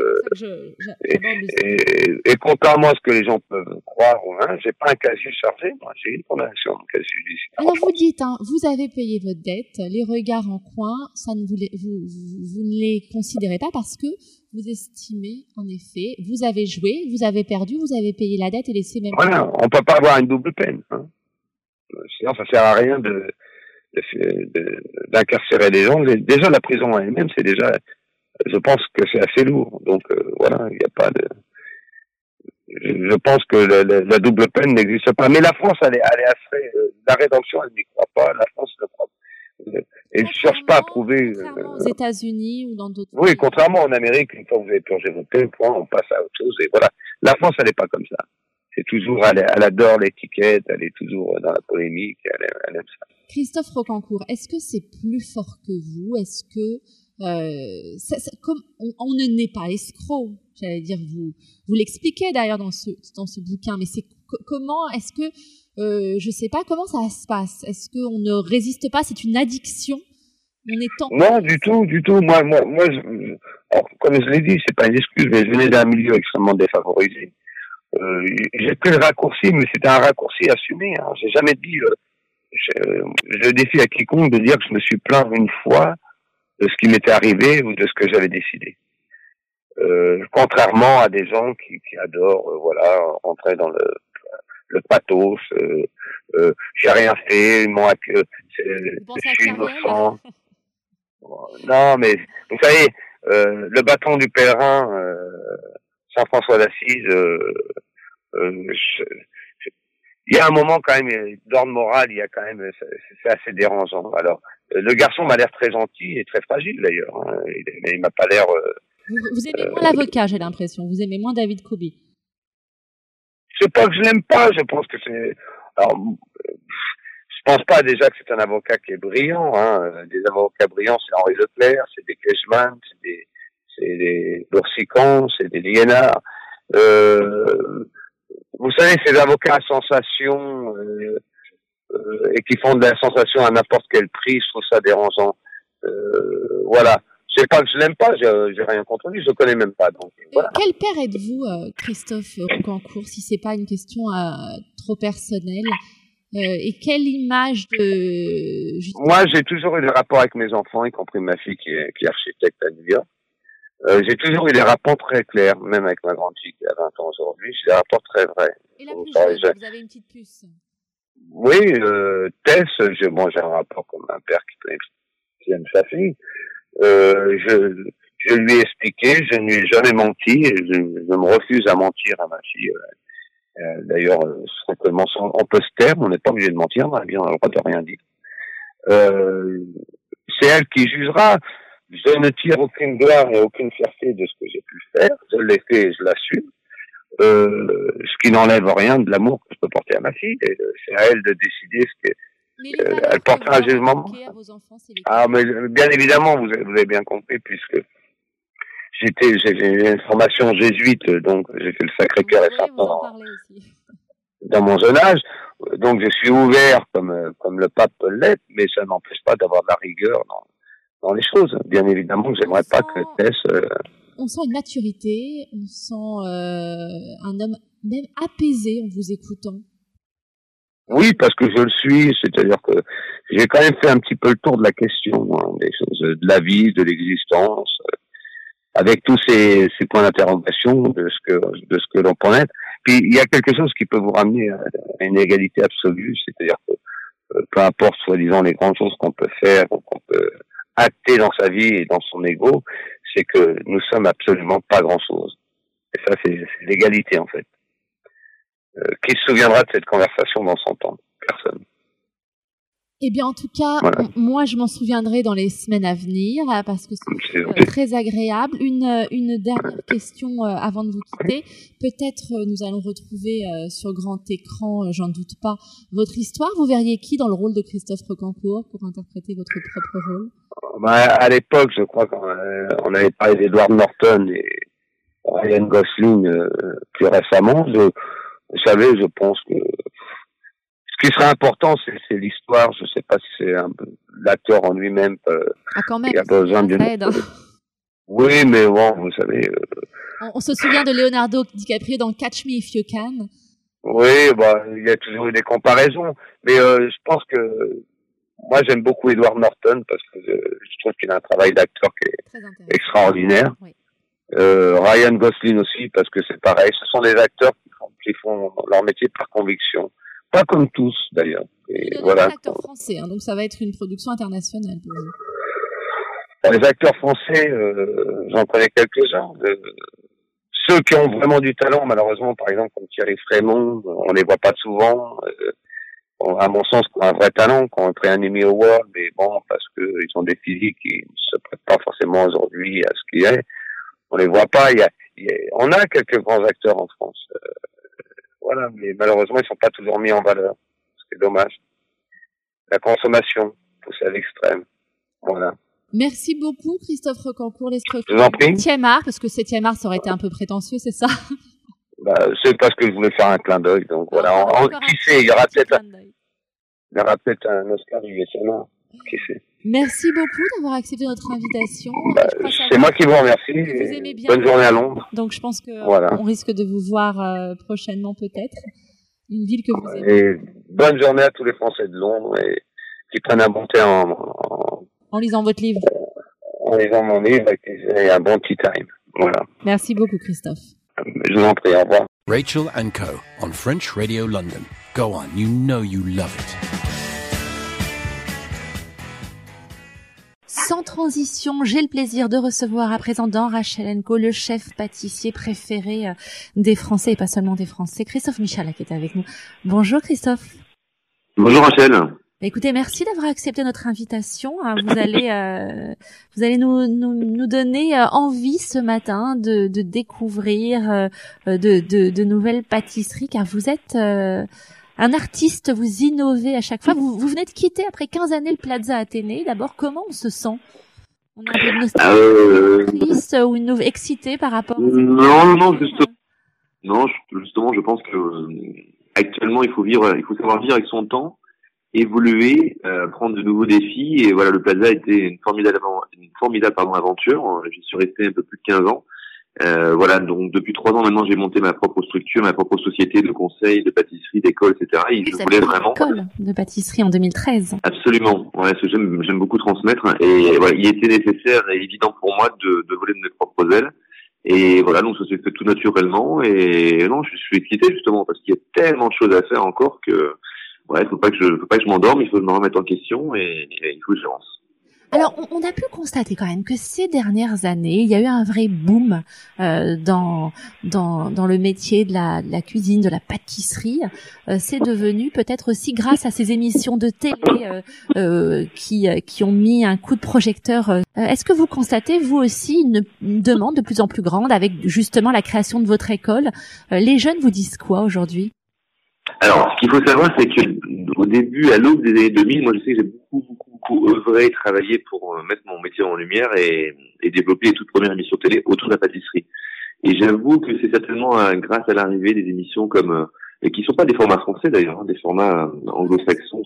Et contrairement à ce que les gens peuvent croire, hein, j'ai pas un casier chargé. Moi, j'ai une condamnation, un casier judiciaire. Alors vous dites, hein, vous avez payé votre dette, les regards en coin, ça ne vous ne les considérez pas parce que vous estimez, en effet, vous avez joué, vous avez perdu, vous avez payé la dette et laissé même. Voilà, on peut pas avoir une double peine. Hein. Sinon, ça sert à rien d'incarcérer les gens. Déjà, la prison en elle-même, c'est déjà, je pense que c'est assez lourd. Donc, voilà, il n'y a pas de, je pense que la double peine n'existe pas. Mais la France, elle est assez, la rédemption, elle n'y croit pas. La France ne croit pas. Elle ne cherche pas à prouver. Contrairement aux États-Unis ou dans d'autres pays. Oui, contrairement en Amérique, une fois que vous avez purgé votre peine, on passe à autre chose. Et voilà. La France, elle n'est pas comme ça. C'est toujours, elle adore l'étiquette, elle est toujours dans la polémique, elle aime ça. Christophe Rocancourt, est-ce que c'est plus fort que vous? Est-ce que comme on ne naît pas escroc, j'allais dire, vous l'expliquez d'ailleurs dans ce bouquin, mais c'est comment est-ce que je sais pas comment ça se passe? Est-ce qu'on ne résiste pas? C'est une addiction? Non, du tout. Moi, alors, comme je l'ai dit, c'est pas une excuse, mais je venais d'un milieu extrêmement défavorisé. J'ai pris le raccourci, mais c'était un raccourci assumé. Hein. J'ai jamais dit. Je défie à quiconque de dire que je me suis plaint une fois de ce qui m'était arrivé ou de ce que j'avais décidé. Contrairement à des gens qui adorent, entrer dans le pathos. J'ai rien fait, je suis innocent. Non, mais vous savez, le bâton du pèlerin, Saint François d'Assise, il y a un moment quand même d'ordre moral, il y a quand même, c'est assez dérangeant. Alors, le garçon m'a l'air très gentil et très fragile d'ailleurs. Hein. Il m'a pas l'air. Vous aimez moins l'avocat, j'ai l'impression. Vous aimez moins David Koubi. C'est pas que je l'aime pas. Je pense que c'est. Alors, je pense pas déjà que c'est un avocat qui est brillant. Hein. Des avocats brillants, c'est Henri Leclerc, c'est des Kleichmann, c'est des Boursicon, c'est des Liénard. Vous savez, ces avocats à sensation et qui font de la sensation à n'importe quel prix, je trouve ça dérangeant. Voilà. C'est pas que je l'aime pas, j'ai rien contre lui, je le connais même pas. Donc, voilà. Quel père êtes-vous, Christophe Rocancourt, si c'est pas une question trop personnelle? Et quelle image de... Moi, j'ai toujours eu des rapports avec mes enfants, y compris ma fille qui est architecte à New York. J'ai toujours eu des rapports très clairs, même avec ma grande fille qui a 20 ans aujourd'hui, j'ai des rapports très vrais. Et la plus jeune, vous avez une petite puce? Oui, Tess, j'ai un rapport comme un père qui aime sa fille. Je lui ai expliqué, je ne lui ai jamais menti, et je me refuse à mentir à ma fille. D'ailleurs, simplement, on peut se taire, on n'est pas obligé de mentir, on a bien le droit de rien dire. C'est elle qui jugera. Je ne tire aucune gloire et aucune fierté de ce que j'ai pu faire. Je l'ai fait et je l'assume. Ce qui n'enlève rien de l'amour que je peux porter à ma fille. Et c'est à elle de décider ce que... elle portera un jugement. Mais bien évidemment, vous avez bien compris, puisque j'ai une formation jésuite, donc j'ai fait le Sacré-Cœur et Saint-Paul dans mon jeune âge. Donc je suis ouvert comme le pape peut l'être, mais ça n'empêche pas d'avoir de la rigueur dans les choses. Bien évidemment, j'aimerais pas que Tess... On sent une maturité, on sent un homme même apaisé en vous écoutant. Oui, parce que je le suis, c'est-à-dire que j'ai quand même fait un petit peu le tour de la question, hein, des choses, de la vie, de l'existence, avec tous ces points d'interrogation de ce que l'on peut être. Puis il y a quelque chose qui peut vous ramener à une égalité absolue, c'est-à-dire que peu importe soi-disant les grandes choses qu'on peut faire, ou qu'on peut acter dans sa vie et dans son ego, c'est que nous sommes absolument pas grand-chose. Et ça, c'est l'égalité en fait. Qui se souviendra de cette conversation dans 100 ans? Personne. Eh bien, en tout cas, voilà. Moi, je m'en souviendrai dans les semaines à venir, parce que c'est très agréable. Une dernière question avant de vous quitter. Peut-être nous allons retrouver sur grand écran, j'en doute pas, votre histoire. Vous verriez qui dans le rôle de Christophe Rocancourt pour interpréter votre propre rôle? À l'époque, je crois qu'on avait parlé d'Edward Norton et Ryan Gosling plus récemment. Vous savez, je pense que ce Ce qui serait important, c'est l'histoire. Je sais pas si c'est l'acteur en lui-même. Quand même. Il a besoin d'une. Oui, mais bon, vous savez. On se souvient de Leonardo DiCaprio dans Catch Me If You Can. Oui, bah, il y a toujours eu des comparaisons, mais je pense que moi j'aime beaucoup Edward Norton parce que je trouve qu'il a un travail d'acteur qui est extraordinaire. Oui. Ryan Gosling aussi parce que c'est pareil, ce sont des acteurs qui font leur métier par conviction, pas comme tous d'ailleurs. Et voilà. C'est un acteur français, hein, donc ça va être une production internationale pour vous. Les acteurs français, j'en connais quelques-uns. Ceux qui ont vraiment du talent, malheureusement, par exemple, comme Thierry Frémont, on les voit pas souvent. À mon sens, qui ont un vrai talent, qui ont pris un Emmy Award, mais bon, parce que ils ont des physiques qui ne se prêtent pas forcément aujourd'hui à ce qu'il est. On les voit pas. On a quelques grands acteurs en France. Voilà, mais malheureusement, ils sont pas toujours mis en valeur. C'est dommage. La consommation, poussée à l'extrême. Voilà. Merci beaucoup, Christophe Recancourt. Je vous en prie. 7e art, parce que 7e art, ça aurait été un peu prétentieux, c'est ça? Bah, c'est parce que je voulais faire un clin d'œil, donc voilà. Qui sait, il y aura peut-être un Oscar du 8e art. Qui sait. Merci beaucoup d'avoir accepté notre invitation. Bah, c'est moi qui vous remercie. Vous aimez bien bonne journée à Londres. Donc je pense qu'on risque de vous voir prochainement peut-être. Une ville que vous aimez. Et bonne journée à tous les Français de Londres et qui prennent un bon thé en lisant votre livre. En lisant mon livre et un bon tea time. Voilà. Merci beaucoup, Christophe. Je vous en prie, au revoir. Rachel and Co. on French Radio London. Go on, you know you love it. Sans transition, j'ai le plaisir de recevoir à présent dans Rachel & Co, le chef pâtissier préféré des Français et pas seulement des Français, Christophe Michalak qui est avec nous. Bonjour Christophe. Bonjour Rachel. Écoutez, merci d'avoir accepté notre invitation. Vous allez nous donner envie ce matin de découvrir de nouvelles pâtisseries, car vous êtes un artiste, vous innovez à chaque fois. Vous venez de quitter après 15 années le Plaza Athénée. D'abord, comment on se sent? On a un peu de nostalgie, triste ou excité par rapport à justement, je pense que actuellement, il faut savoir vivre avec son temps, évoluer, prendre de nouveaux défis. Et voilà, le Plaza a été une formidable aventure. J'y suis resté un peu plus de 15 ans. Voilà, donc depuis 3 ans maintenant, j'ai monté ma propre structure, ma propre société de conseil, de pâtisserie, d'école, etc. Et je voulais vraiment école de pâtisserie en 2013. Absolument. Ouais, j'aime beaucoup transmettre. Et voilà, il était nécessaire et évident pour moi de voler de mes propres ailes. Et voilà, donc ça s'est fait tout naturellement. Et non, je suis excité justement parce qu'il y a tellement de choses à faire encore que ouais, faut pas que je m'endorme, il faut que je me remette en question et il faut que je lance. Alors, on a pu constater quand même que ces dernières années, il y a eu un vrai boom dans le métier de la cuisine, de la pâtisserie. C'est devenu peut-être aussi grâce à ces émissions de télé qui ont mis un coup de projecteur. Est-ce que vous constatez, vous aussi, une demande de plus en plus grande avec justement la création de votre école? Les jeunes vous disent quoi aujourd'hui? Alors, ce qu'il faut savoir, c'est que au début, à l'aube des années 2000, moi je sais que j'ai beaucoup œuvré et travaillé pour mettre mon métier en lumière et développer les toutes premières émissions télé autour de la pâtisserie. Et j'avoue que c'est certainement grâce à l'arrivée des émissions comme qui sont pas des formats français d'ailleurs, hein, des formats anglo-saxons,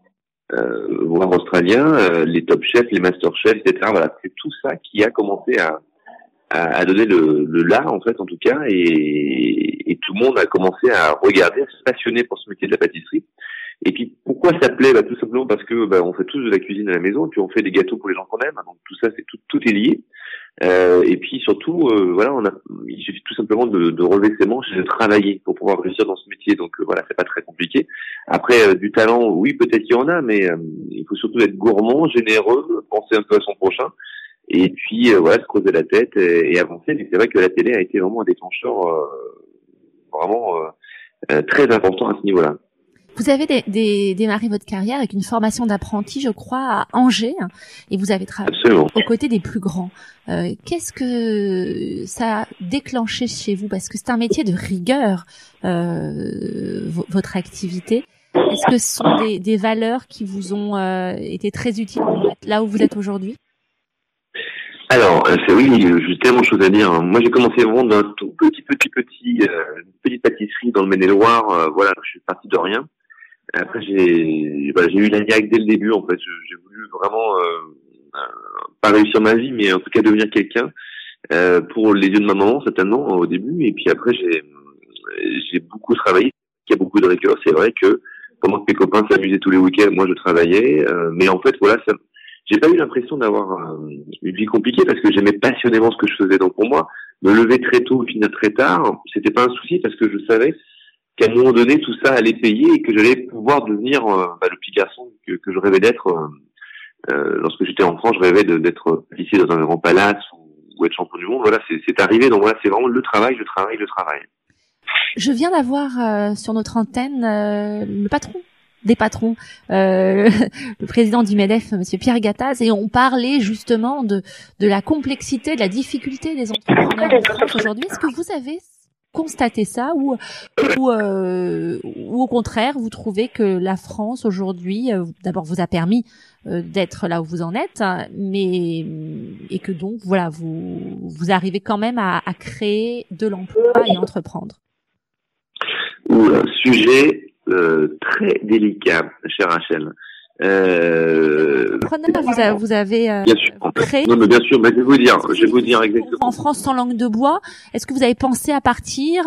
voire australiens, les Top Chef, les Master Chef, etc. Voilà, c'est tout ça qui a commencé à donner le là, en fait, en tout cas, et tout le monde a commencé à regarder, à se passionner pour ce métier de la pâtisserie. Et puis, pourquoi ça plaît? Tout simplement parce que, on fait tous de la cuisine à la maison, et puis on fait des gâteaux pour les gens qu'on aime, donc tout ça, tout est lié. Et puis surtout, voilà, il suffit tout simplement de relever ses manches et de travailler pour pouvoir réussir dans ce métier. Donc voilà, c'est pas très compliqué. Après, du talent, oui, peut-être qu'il y en a, mais il faut surtout être gourmand, généreux, penser un peu à son prochain. Et puis voilà, se creuser la tête et avancer. Mais c'est vrai que la télé a été vraiment un déclencheur vraiment très important à ce niveau-là. Vous avez démarré votre carrière avec une formation d'apprenti, je crois, à Angers, hein, et vous avez travaillé aux côtés des plus grands. Qu'est-ce que ça a déclenché chez vous? Parce que c'est un métier de rigueur, votre activité. Est-ce que ce sont des valeurs qui vous ont été très utiles là où vous êtes aujourd'hui? Alors, oui, j'ai tellement de choses à dire. Moi, j'ai commencé vraiment d'un tout petite pâtisserie dans le Maine-et-Loire. Voilà, je suis parti de rien. Après, j'ai eu la niaque dès le début, en fait. J'ai voulu vraiment pas réussir ma vie, mais en tout cas devenir quelqu'un pour les yeux de ma maman, certainement, au début. Et puis après, j'ai beaucoup travaillé. Il y a beaucoup de rigueur. C'est vrai que pendant que mes copains s'amusaient tous les week-ends, moi, je travaillais. Mais en fait, voilà, j'ai pas eu l'impression d'avoir une vie compliquée parce que j'aimais passionnément ce que je faisais. Donc pour moi, me lever très tôt et finir très tard, c'était pas un souci parce que je savais qu'à un moment donné, tout ça allait payer et que j'allais pouvoir devenir le petit garçon que je rêvais d'être. Lorsque j'étais enfant, je rêvais d'être lycée dans un grand palace ou être champion du monde. Voilà, c'est arrivé. Donc voilà, c'est vraiment le travail. Je viens d'avoir sur notre antenne le patron des patrons, le président du MEDEF, Monsieur Pierre Gattaz, et on parlait justement de la complexité, de la difficulté des entrepreneurs en France aujourd'hui. Est-ce que vous avez constaté ça ou au contraire vous trouvez que la France aujourd'hui d'abord vous a permis d'être là où vous en êtes, mais et que donc voilà vous arrivez quand même à créer de l'emploi et entreprendre? Sujet très délicat, chère Rachel. Vous avez bien sûr. créé. Non, mais bien sûr, mais je vais vous dire exactement. En France sans langue de bois, est-ce que vous avez pensé à partir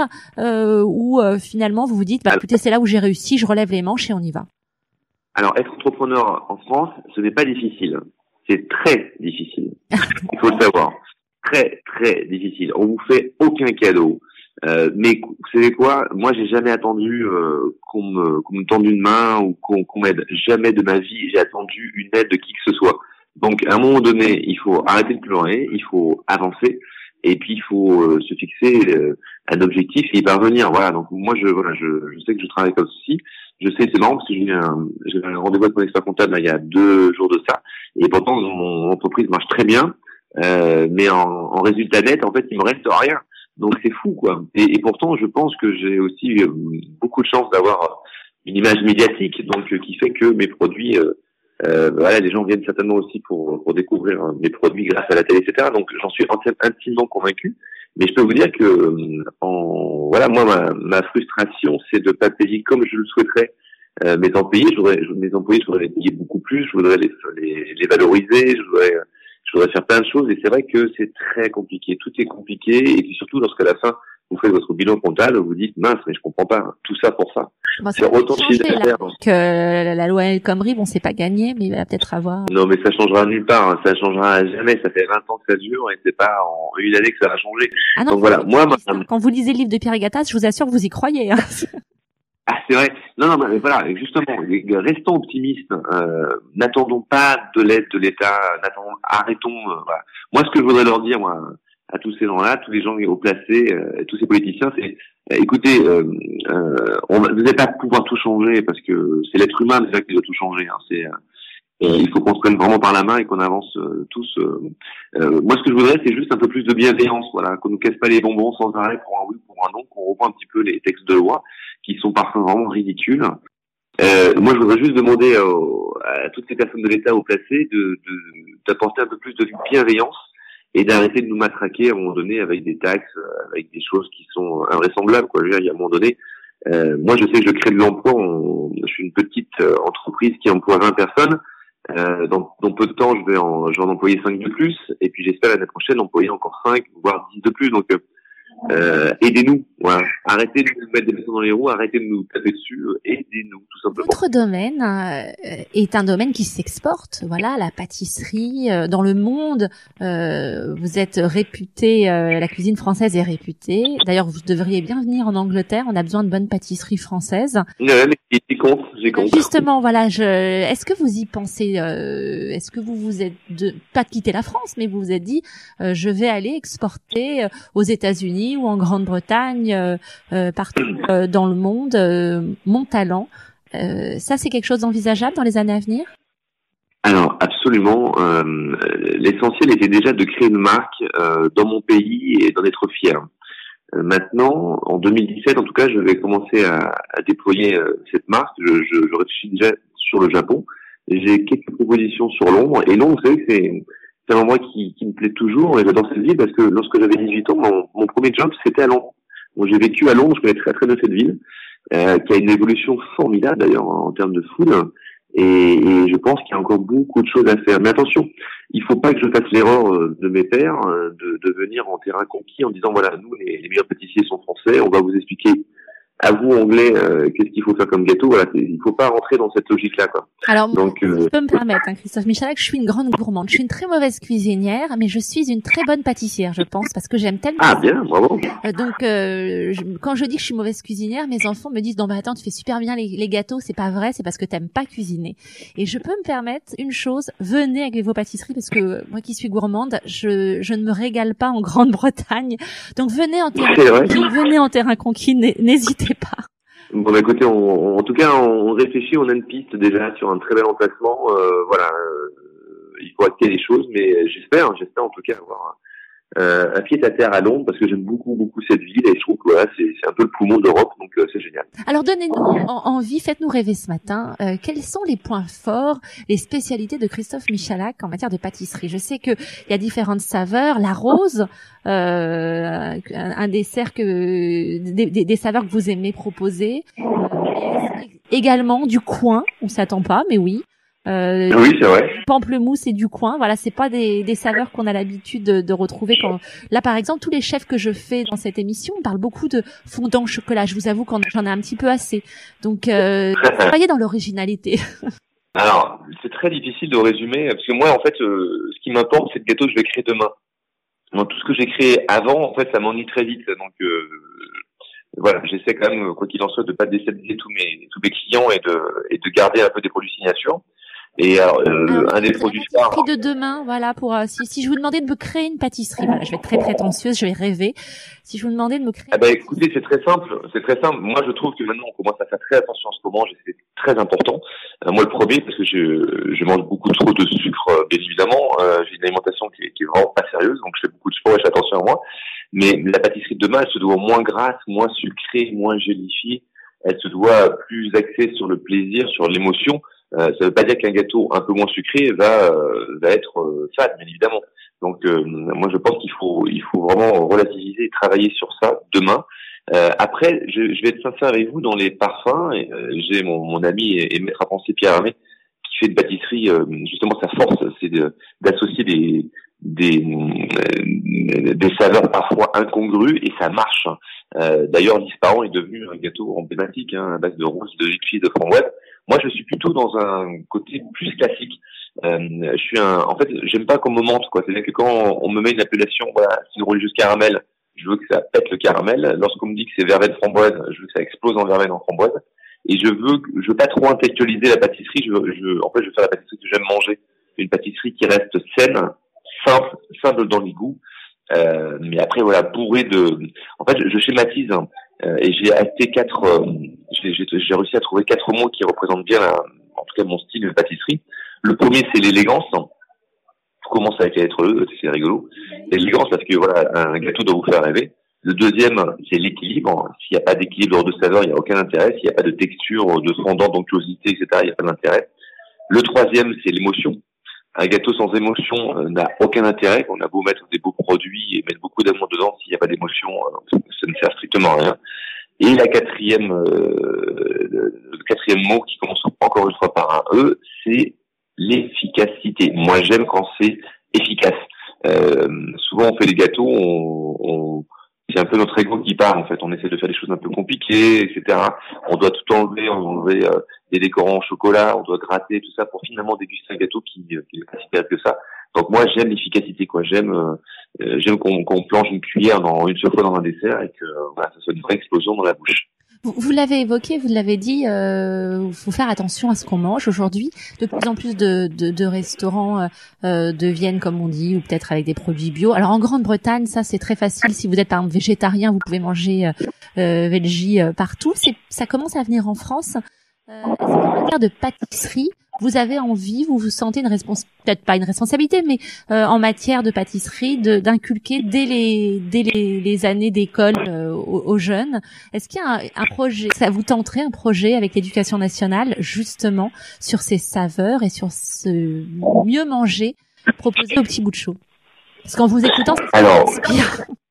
ou finalement vous vous dites, écoutez, c'est là où j'ai réussi, je relève les manches et on y va? Alors, être entrepreneur en France, ce n'est pas difficile. C'est très difficile. Il faut le savoir. Très, très difficile. On vous fait aucun cadeau. Mais vous savez quoi? Moi, j'ai jamais attendu qu'on me tende une main ou qu'on m'aide. Jamais de ma vie, j'ai attendu une aide de qui que ce soit. Donc, à un moment donné, il faut arrêter de pleurer, il faut avancer, et puis il faut se fixer un objectif et y parvenir. Voilà. Donc, moi, je sais que je travaille comme ceci. Je sais, c'est marrant parce que j'ai un rendez-vous avec mon expert comptable là, il y a 2 jours de ça, et pourtant mon entreprise marche très bien, mais en résultat net, en fait, il me reste rien. Donc c'est fou, quoi. Et pourtant, je pense que j'ai aussi beaucoup de chance d'avoir une image médiatique, donc qui fait que mes produits, voilà, les gens viennent certainement aussi pour découvrir mes produits grâce à la télé, etc. Donc j'en suis intimement convaincu. Mais je peux vous dire que, voilà, moi, ma frustration, c'est de pas payer comme je le souhaiterais mes employés. Mes employés, je voudrais les payer beaucoup plus. Je voudrais les valoriser. Je voudrais faire plein de choses, et c'est vrai que c'est très compliqué. Tout est compliqué, et puis surtout lorsqu'à la fin vous faites votre bilan comptable, vous dites mince, mais je comprends pas tout ça pour ça. Bon, c'est autant de chiffre d'affaires. Que la loi El Khomri, bon, c'est pas gagné, mais il va peut-être avoir. Non, mais ça changera nulle part. Hein. Ça changera à jamais. Ça fait 20 ans que ça dure, et c'est pas en une année que ça va changer. Ah non, donc voilà. Moi, quand vous lisez le livre de Pierre Gattaz, je vous assure que vous y croyez. Hein. Ah, c'est vrai. Non, mais voilà, justement, restons optimistes. N'attendons pas de l'aide de l'État. Arrêtons. Voilà. Moi, ce que je voudrais leur dire, moi, à tous ces gens-là, tous les gens haut placés, tous ces politiciens, c'est, écoutez, vous n'allez pas pouvoir tout changer parce que c'est l'être humain déjà qui doit tout changer. Hein. Il faut qu'on se prenne vraiment par la main et qu'on avance tous. Moi, ce que je voudrais, c'est juste un peu plus de bienveillance, voilà, qu'on nous casse pas les bonbons sans arrêt pour un oui, pour un non, qu'on revoie un petit peu les textes de loi qui sont parfois vraiment ridicules. Moi, je voudrais juste demander à toutes ces personnes de l'État haut placées d'apporter un peu plus de bienveillance et d'arrêter de nous matraquer à un moment donné avec des taxes, avec des choses qui sont invraisemblables, quoi. Je veux dire, il y a un moment donné, moi, je sais que je crée de l'emploi. Je suis une petite entreprise qui emploie 20 personnes. Dans peu de temps, je vais en employer 5 de plus, et puis j'espère l'année prochaine employer encore 5, voire 10 de plus. Donc, aidez-nous, voilà. Arrêtez de nous mettre des bâtons dans les roues, arrêtez de nous taper dessus, aidez-nous, tout simplement. Votre domaine est un domaine qui s'exporte, voilà, la pâtisserie dans le monde. Vous êtes réputé, la cuisine française est réputée. D'ailleurs, vous devriez bien venir en Angleterre. On a besoin de bonnes pâtisseries françaises. Ouais, mais j'y compte. Justement, voilà. Est-ce que vous y pensez Est-ce que vous êtes pas de quitter la France, mais vous vous êtes dit, je vais aller exporter aux États-Unis ou en Grande-Bretagne, partout dans le monde, mon talent. Ça, c'est quelque chose d'envisageable dans les années à venir? Alors, absolument. L'essentiel était déjà de créer une marque dans mon pays et d'en être fier. Maintenant, en 2017, en tout cas, je vais commencer à déployer cette marque. Je réfléchis déjà sur le Japon. J'ai quelques propositions sur Londres. Et Londres, vous savez que c'est un endroit qui me plaît toujours, et j'adore cette ville parce que lorsque j'avais 18 ans, mon premier job, c'était à Londres. Bon, j'ai vécu à Londres, je connais très très bien cette ville, qui a une évolution formidable d'ailleurs en termes de food. Et je pense qu'il y a encore beaucoup de choses à faire. Mais attention, il faut pas que je fasse l'erreur de mes pairs de venir en terrain conquis en disant voilà, nous les meilleurs pâtissiers sont français, on va vous expliquer à vous anglais qu'est-ce qu'il faut faire comme gâteau. Voilà, il faut pas rentrer dans cette logique-là, quoi. Alors, donc, si je peux me permettre, Christophe Michalak, je suis une grande gourmande. Je suis une très mauvaise cuisinière, mais je suis une très bonne pâtissière, je pense, parce que j'aime tellement. Ah bien, bravo. Donc, quand je dis que je suis mauvaise cuisinière, mes enfants me disent non, bah attends, tu fais super bien les gâteaux. C'est pas vrai, c'est parce que t'aimes pas cuisiner. Et je peux me permettre une chose, venez avec vos pâtisseries, parce que moi qui suis gourmande, je ne me régale pas en Grande-Bretagne. Donc venez en terrain conquis, n'hésitez pas. Bon, bah, écoutez, en tout cas, on réfléchit, on a une piste déjà sur un très bel emplacement. Voilà, il faut acter les choses, mais j'espère en tout cas avoir un pied à terre à Londres parce que j'aime beaucoup cette ville et je trouve que voilà, c'est un peu le poumon d'Europe, donc c'est génial. Alors donnez-nous envie, faites-nous rêver ce matin. Quels sont les points forts, les spécialités de Christophe Michalak en matière de pâtisserie? Je sais que il y a différentes saveurs, la rose, un dessert des saveurs que vous aimez proposer, également du coin, on s'attend pas, mais oui. Oui, c'est vrai. Pamplemousse et du coin, voilà, c'est pas des saveurs qu'on a l'habitude de retrouver quand. Là, par exemple, tous les chefs que je fais dans cette émission parlent beaucoup de fondant au chocolat. Je vous avoue que j'en ai un petit peu assez. Donc, soyez dans l'originalité. Alors, c'est très difficile de résumer parce que moi, en fait, ce qui m'importe, c'est le gâteau que je vais créer demain. Donc, tout ce que j'ai créé avant, en fait, ça m'ennuie très vite. Donc, voilà, j'essaie quand même, quoi qu'il en soit, de pas déstabiliser tous mes clients et de garder un peu des produits signature. Et alors, un des produits phares. De demain, voilà, pour si je vous demandais de me créer une pâtisserie, voilà, je vais être très prétentieuse, je vais rêver. Si je vous demandais de me créer. Ah bah écoutez, c'est très simple. Moi, je trouve que maintenant, on commence à faire très attention à ce qu'on mange et c'est très important. Moi, le premier, parce que je mange beaucoup trop de sucre, bien évidemment. J'ai une alimentation qui est vraiment pas sérieuse, donc je fais beaucoup de sport et je fais attention à moi. Mais la pâtisserie de demain, elle se doit moins grasse, moins sucrée, moins gélifiée. Elle se doit plus axée sur le plaisir, sur l'émotion. Ça veut pas dire qu'un gâteau un peu moins sucré va être fade, bien évidemment. Donc moi je pense qu'il faut vraiment relativiser et travailler sur ça demain. Après, je vais être sincère avec vous dans les parfums. J'ai mon ami et maître à penser Pierre Hermé qui fait de pâtisserie. Justement, sa force, c'est d'associer des saveurs parfois incongrues et ça marche. D'ailleurs, l'Ispahan est devenu un gâteau emblématique à base de rose, de litchi, de framboise. Moi, je suis plutôt dans un côté plus classique. En fait, j'aime pas qu'on me mente, quoi. C'est-à-dire que quand on me met une appellation, voilà, c'est une religieuse caramel, je veux que ça pète le caramel. Lorsqu'on me dit que c'est verveine framboise, je veux que ça explose en verveine en framboise. Et je veux pas trop intellectualiser la pâtisserie. En fait, je veux faire la pâtisserie que j'aime manger. Une pâtisserie qui reste saine, simple dans les goûts. Mais après, voilà, bourré en fait, je schématise, hein, et j'ai acté j'ai réussi à trouver 4 mots qui représentent bien, en tout cas, mon style de pâtisserie. Le premier, c'est l'élégance. Je commence avec la lettre E, c'est rigolo. L'élégance parce que voilà, un gâteau doit vous faire rêver. Le deuxième, c'est l'équilibre. S'il n'y a pas d'équilibre de saveur, il n'y a aucun intérêt. S'il n'y a pas de texture, de fondant, d'onctuosité, etc., il n'y a pas d'intérêt. Le troisième, c'est l'émotion. Un gâteau sans émotion n'a aucun intérêt. On a beau mettre des beaux produits et mettre beaucoup d'amour dedans, s'il n'y a pas d'émotion, ça ne sert strictement à rien. Et le quatrième mot qui commence encore une fois par un E, c'est l'efficacité. Moi, j'aime quand c'est efficace. Souvent, on fait des gâteaux, c'est un peu notre ego qui parle, en fait. On essaie de faire des choses un peu compliquées, etc. On doit tout enlever, des décorants en chocolat, on doit gratter, tout ça pour finalement déguster un gâteau qui n'est pas si terrible que ça. Donc moi, j'aime l'efficacité, quoi. J'aime qu'on plonge une cuillère une seule fois dans un dessert et que voilà, ça soit une vraie explosion dans la bouche. Vous l'avez évoqué, vous l'avez dit, faut faire attention à ce qu'on mange aujourd'hui. De plus en plus de restaurants deviennent, comme on dit, ou peut-être avec des produits bio. Alors en Grande-Bretagne, ça c'est très facile. Si vous êtes par exemple végétarien, vous pouvez manger veggie partout. Ça commence à venir en France. Est-ce qu'en matière de pâtisserie, vous avez envie, vous sentez peut-être pas une responsabilité, mais en matière de pâtisserie, d'inculquer dès les années d'école aux jeunes. Est-ce qu'il y a un projet, ça vous tenterait un projet avec l'Éducation nationale justement sur ces saveurs et sur ce mieux manger proposé au petit bout de chaud? Parce qu'en vous écoutant, ça m'inspire.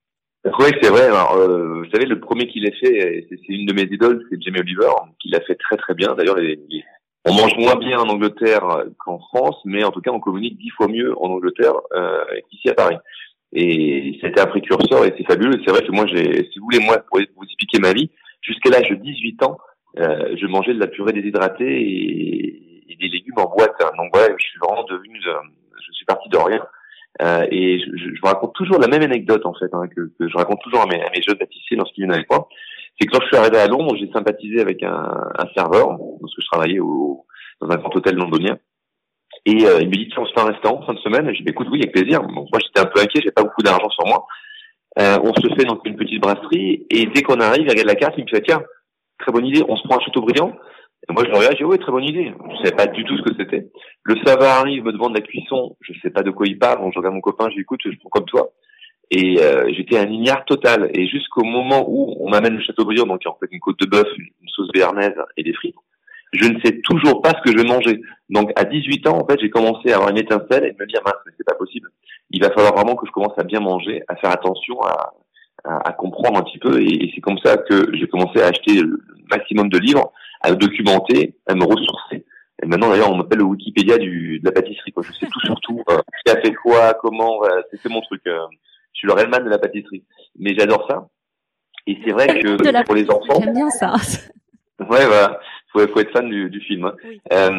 Oui, c'est vrai. Alors, vous savez, le premier qu'il a fait, c'est une de mes idoles, c'est Jamie Oliver, qui l'a fait très très bien. D'ailleurs, on mange moins bien en Angleterre qu'en France, mais en tout cas, on communique 10 fois mieux en Angleterre qu'ici à Paris. Et c'était un précurseur et c'est fabuleux. C'est vrai que moi, si vous voulez, moi, pour vous expliquer ma vie, jusqu'à l'âge de 18 ans, je mangeais de la purée déshydratée et des légumes en boîte. Donc voilà, je suis vraiment devenu, je suis parti de rien. Et je vous raconte toujours la même anecdote en fait, que je raconte toujours à mes jeunes pâtissiers lorsqu'ils viennent avec moi. C'est que quand je suis arrivé à Londres, j'ai sympathisé avec un serveur, parce que je travaillais dans un grand hôtel londonien. Et il me dit, tiens, on se fait un restaurant fin de semaine. Et je dis, écoute, oui, avec plaisir. Bon, moi, j'étais un peu inquiet, j'avais pas beaucoup d'argent sur moi. On se fait donc une petite brasserie. Et dès qu'on arrive, il regarde la carte, il me fait, tiens, très bonne idée, on se prend un Châteaubriand. Et moi, je le regarde, je dis, oui, très bonne idée. Je savais pas du tout ce que c'était. Le serveur arrive, me demande la cuisson. Je sais pas de quoi il parle. Donc, je regarde mon copain, je dis, écoute, je prends comme toi. Et j'étais un ignare total. Et jusqu'au moment où on m'amène le Châteaubriand, donc en fait une côte de bœuf, une sauce béarnaise et des frites, je ne sais toujours pas ce que je vais manger. Donc à 18 ans, en fait, j'ai commencé à avoir une étincelle et de me dire, mince, mais c'est pas possible. Il va falloir vraiment que je commence à bien manger, à faire attention, à comprendre un petit peu. Et c'est comme ça que j'ai commencé à acheter le maximum de livres, à me documenter, à me ressourcer. Et maintenant, d'ailleurs, on m'appelle le Wikipédia de la pâtisserie, quoi. Je sais tout sur tout. Qui a fait quoi, comment, c'est mon truc. Je suis le Railman de la pâtisserie. Mais j'adore ça. Et c'est vrai que pour les enfants. J'aime bien ça. Ouais, voilà. Faut être fan du film. Oui.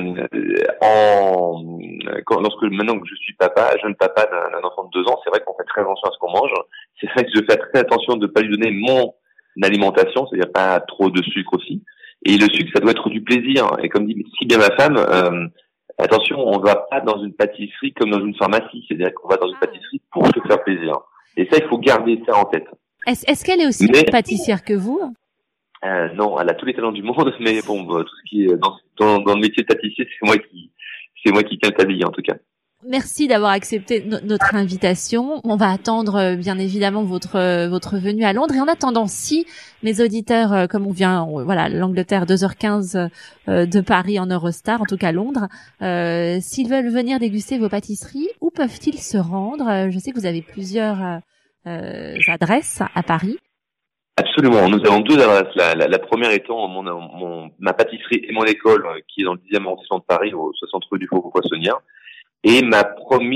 Maintenant que je suis jeune papa d'un enfant de 2 ans, c'est vrai qu'on fait très attention à ce qu'on mange. C'est vrai que je fais très attention de ne pas lui donner mon alimentation, c'est-à-dire pas trop de sucre aussi. Et le sucre, ça doit être du plaisir. Et comme dit si bien ma femme, attention, on ne va pas dans une pâtisserie comme dans une pharmacie. C'est-à-dire qu'on va dans une pâtisserie pour se faire plaisir. Et ça, il faut garder ça en tête. Est-ce qu'elle est aussi pâtissière que vous? Non, elle a tous les talents du monde, mais bon, tout ce qui est dans le métier de pâtissier, c'est moi qui tiens le tablier en tout cas. Merci d'avoir accepté notre invitation. On va attendre bien évidemment votre venue à Londres. Et en attendant, si mes auditeurs, comme on vient, l'Angleterre 2h15 de Paris en Eurostar, en tout cas Londres, s'ils veulent venir déguster vos pâtisseries, où peuvent-ils se rendre? Je sais que vous avez plusieurs adresses à Paris. Absolument. Nous avons 2 adresses. La première étant ma pâtisserie et mon école, qui est dans le 10e arrondissement de Paris, au 60 rue du Faubourg Poissonnière. Et ma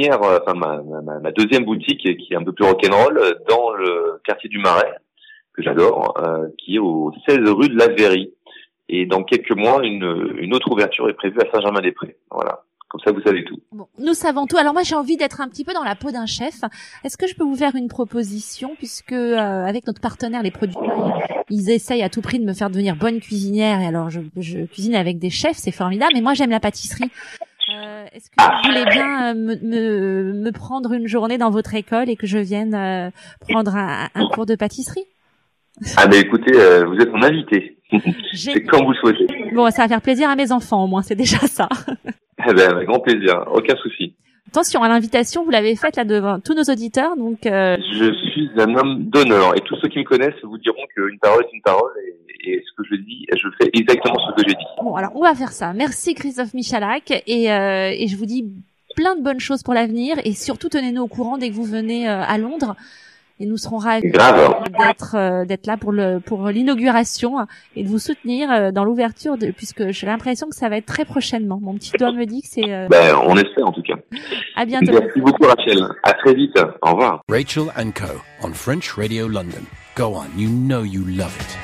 deuxième boutique, qui est un peu plus rock'n'roll, dans le quartier du Marais, que j'adore, qui est au 16 rue de la Verrie. Et dans quelques mois, une autre ouverture est prévue à Saint-Germain-des-Prés. Voilà. Comme ça, vous savez tout. Bon, nous savons tout. Alors moi, j'ai envie d'être un petit peu dans la peau d'un chef. Est-ce que je peux vous faire une proposition, puisque avec notre partenaire, les producteurs, ils essayent à tout prix de me faire devenir bonne cuisinière. Et alors, je cuisine avec des chefs, c'est formidable. Mais moi, j'aime la pâtisserie. Est-ce que vous voulez bien me prendre une journée dans votre école et que je vienne prendre un cours de pâtisserie? Ah ben écoutez, vous êtes mon invité. C'est comme vous le souhaitez. Bon, ça va faire plaisir à mes enfants, au moins, c'est déjà ça. Eh ben, avec grand plaisir, aucun souci. Attention, à l'invitation, vous l'avez faite là devant tous nos auditeurs, donc. Je suis un homme d'honneur et tous ceux qui me connaissent vous diront qu'une parole est une parole et ce que je dis, je fais exactement ce que j'ai dit. Bon, alors on va faire ça. Merci Christophe Michalak et je vous dis plein de bonnes choses pour l'avenir et surtout tenez-nous au courant dès que vous venez à Londres. Et nous serons ravis d'être là pour l'inauguration et de vous soutenir dans l'ouverture puisque j'ai l'impression que ça va être très prochainement. Mon petit doigt me dit que c'est. On espère en tout cas. À bientôt. Merci beaucoup Rachel. À très vite. Au revoir. Rachel & Co. on French Radio London. Go on, you know you love it.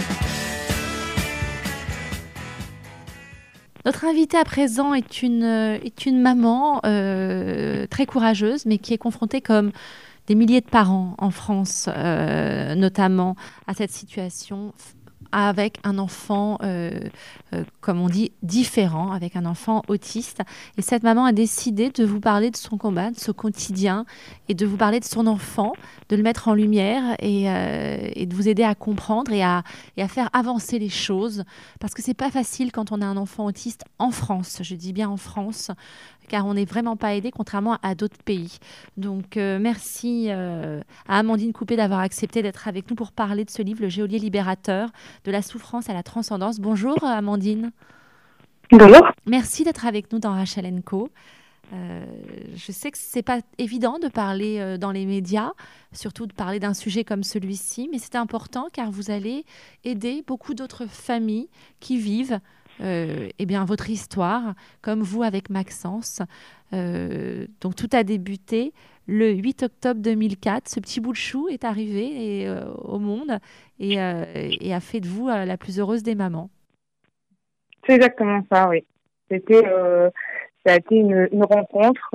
Notre invitée à présent est une maman très courageuse, mais qui est confrontée comme des milliers de parents en France, notamment, à cette situation avec un enfant, comme on dit, différent, avec un enfant autiste. Et cette maman a décidé de vous parler de son combat, de ce quotidien, et de vous parler de son enfant, de le mettre en lumière et de vous aider à comprendre et à faire avancer les choses. Parce que c'est pas facile quand on a un enfant autiste en France, je dis bien en France, car on n'est vraiment pas aidé, contrairement à d'autres pays. Donc, merci à Amandine Coupé d'avoir accepté d'être avec nous pour parler de ce livre, Le Geôlier libérateur, de la souffrance à la transcendance. Bonjour Amandine. Bonjour. Merci d'être avec nous dans Rachel & Co. Je sais que c'est pas évident de parler dans les médias, surtout de parler d'un sujet comme celui-ci, mais c'est important car vous allez aider beaucoup d'autres familles qui vivent votre histoire, comme vous avec Maxence. Donc tout a débuté le 8 octobre 2004. Ce petit bout de chou est arrivé au monde et a fait de vous la plus heureuse des mamans. C'est exactement ça, oui. Ça a été une rencontre,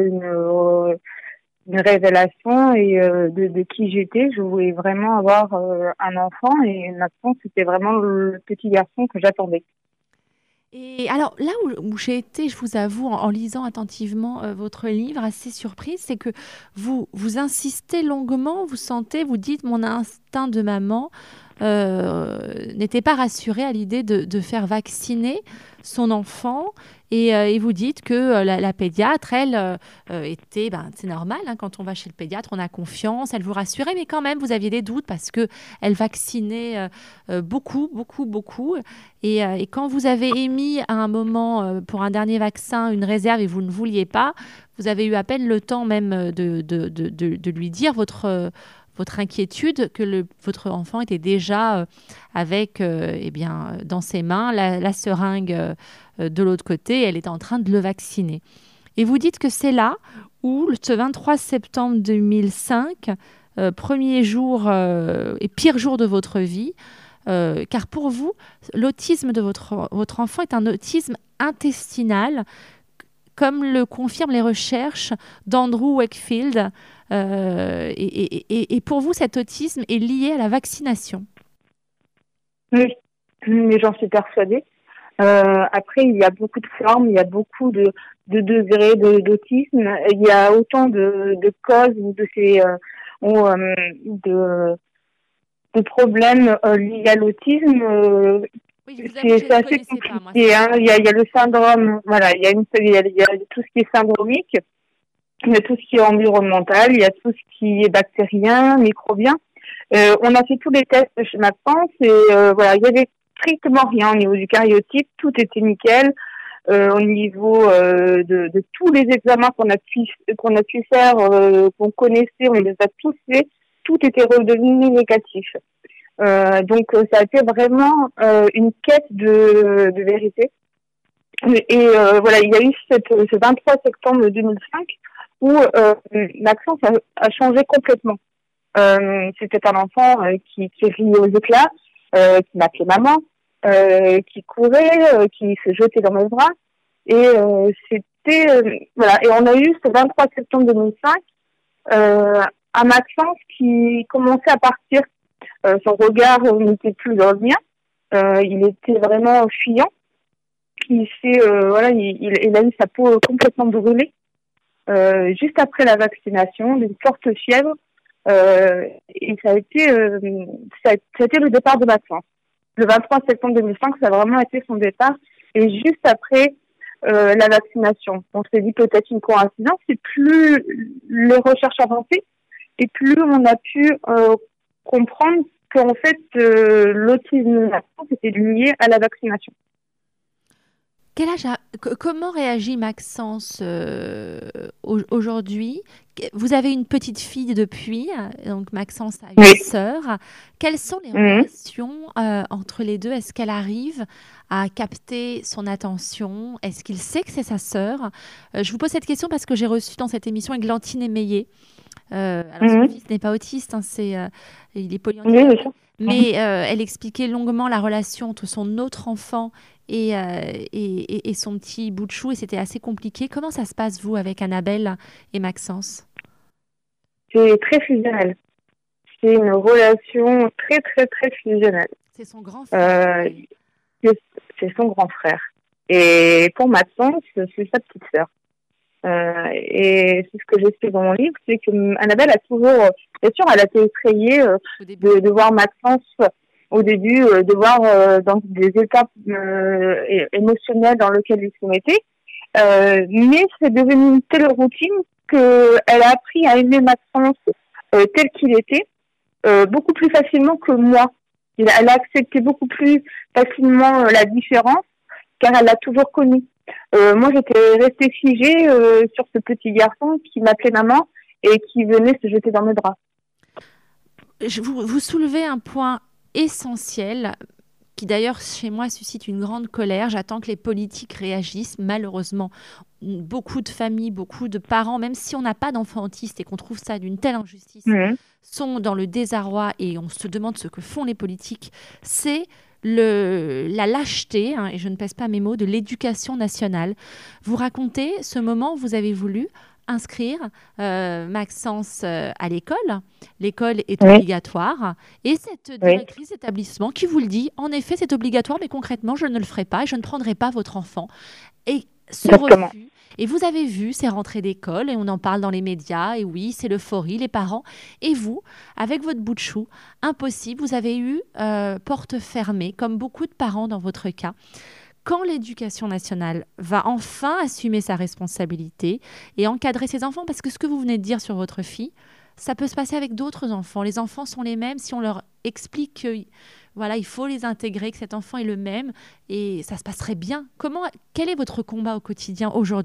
une révélation et de qui j'étais. Je voulais vraiment avoir un enfant et Maxence, c'était vraiment le petit garçon que j'attendais. Et alors, là où j'ai été, je vous avoue, en lisant attentivement votre livre, assez surprise, c'est que vous insistez longuement, vous dites « mon instinct de maman n'était pas rassuré à l'idée de faire vacciner son enfant ». Et vous dites que la pédiatre, elle, était, c'est normal, hein, quand on va chez le pédiatre, on a confiance, elle vous rassurait, mais quand même, vous aviez des doutes parce qu'elle vaccinait beaucoup. Et quand vous avez émis à un moment, pour un dernier vaccin, une réserve et vous ne vouliez pas, vous avez eu à peine le temps même de lui dire votre inquiétude que votre enfant était déjà avec, dans ses mains, la seringue de l'autre côté, elle était en train de le vacciner. Et vous dites que c'est là où, ce 23 septembre 2005, premier jour et pire jour de votre vie, car pour vous, l'autisme de votre enfant est un autisme intestinal, comme le confirment les recherches d'Andrew Wakefield. Et pour vous, cet autisme est lié à la vaccination. Oui, mais j'en suis persuadée. Après, il y a beaucoup de formes, il y a beaucoup de degrés d'autisme. Il y a autant de causes ou de problèmes liés à l'autisme. C'est assez compliqué. Hein. Il y a le syndrome, voilà, il y a tout ce qui est syndromique, il y a tout ce qui est environnemental, il y a tout ce qui est bactérien, microbien. On a fait tous les tests chez Maxence et il y avait strictement rien au niveau du cariotype, tout était nickel. Au niveau de tous les examens qu'on a pu faire, qu'on connaissait, on les a tous fait, tout était redevenu négatif. Donc ça a été vraiment une quête de vérité. Et il y a eu ce 23 septembre 2005 où Maxence a changé complètement. C'était un enfant qui riait aux éclats, qui m'appelait maman, qui courait, qui se jetait dans mes bras. Et et on a eu ce 23 septembre 2005 un Maxence qui commençait à partir. Son regard n'était plus dans le mien. Il était vraiment fuyant. Il a eu sa peau complètement brûlée. Juste après la vaccination, d'une forte fièvre. Et ça a été le départ de Maxence. Le 23 septembre 2005, ça a vraiment été son départ. Et juste après la vaccination, on s'est dit peut-être une coïncidence. Et plus les recherches avançaient, et plus on a pu comprendre qu'en fait, l'autisme était lié à la vaccination. Quel âge comment réagit Maxence aujourd'hui? Vous avez une petite fille depuis, donc Maxence a une sœur. Quelles sont les relations entre les deux? Est-ce qu'elle arrive à capter son attention? Est-ce qu'il sait que c'est sa sœur? Je vous pose cette question parce que j'ai reçu dans cette émission Églantine Émeillé. Alors son fils n'est pas autiste, hein, il est polyhandicapé. Mais elle expliquait longuement la relation entre son autre enfant et son petit bout de chou, et c'était assez compliqué. Comment ça se passe, vous, avec Annabelle et Maxence? C'est très fusionnel. C'est une relation très, très, très fusionnelle. C'est son grand frère. C'est son grand frère. Et pour Maxence, c'est sa petite sœur. Et c'est ce que j'explique dans mon livre, c'est que Annabelle a toujours, bien sûr, elle a été effrayée de voir Maxence au début, de voir dans des étapes émotionnelles dans lesquelles il se mettait. Mais c'est devenu une telle routine qu'elle a appris à aimer Maxence tel qu'il était, beaucoup plus facilement que moi. Elle a accepté beaucoup plus facilement la différence, car elle l'a toujours connu. Moi, j'étais restée figée sur ce petit garçon qui m'appelait maman et qui venait se jeter dans mes bras. Vous soulevez un point essentiel qui d'ailleurs chez moi suscite une grande colère. J'attends que les politiques réagissent. Malheureusement, beaucoup de familles, beaucoup de parents, même si on n'a pas d'enfants autistes et qu'on trouve ça d'une telle injustice, sont dans le désarroi et on se demande ce que font les politiques. C'est la lâcheté, et je ne pèse pas mes mots, de l'éducation nationale. Vous racontez ce moment où vous avez voulu inscrire Maxence à l'école. L'école est obligatoire. Et cette directrice d'établissement qui vous le dit, en effet, c'est obligatoire, mais concrètement, je ne le ferai pas et je ne prendrai pas votre enfant. Et ce refus, et vous avez vu ces rentrées d'école, et on en parle dans les médias, et oui, c'est l'euphorie, les parents. Et vous, avec votre bout de chou, impossible, vous avez eu porte fermée, comme beaucoup de parents dans votre cas. Quand l'éducation nationale va enfin assumer sa responsabilité et encadrer ses enfants, parce que ce que vous venez de dire sur votre fille, ça peut se passer avec d'autres enfants. Les enfants sont les mêmes si on leur explique que, voilà, il faut les intégrer, que cet enfant est le même et ça se passerait bien. Quel est votre combat au quotidien aujourd'hui ?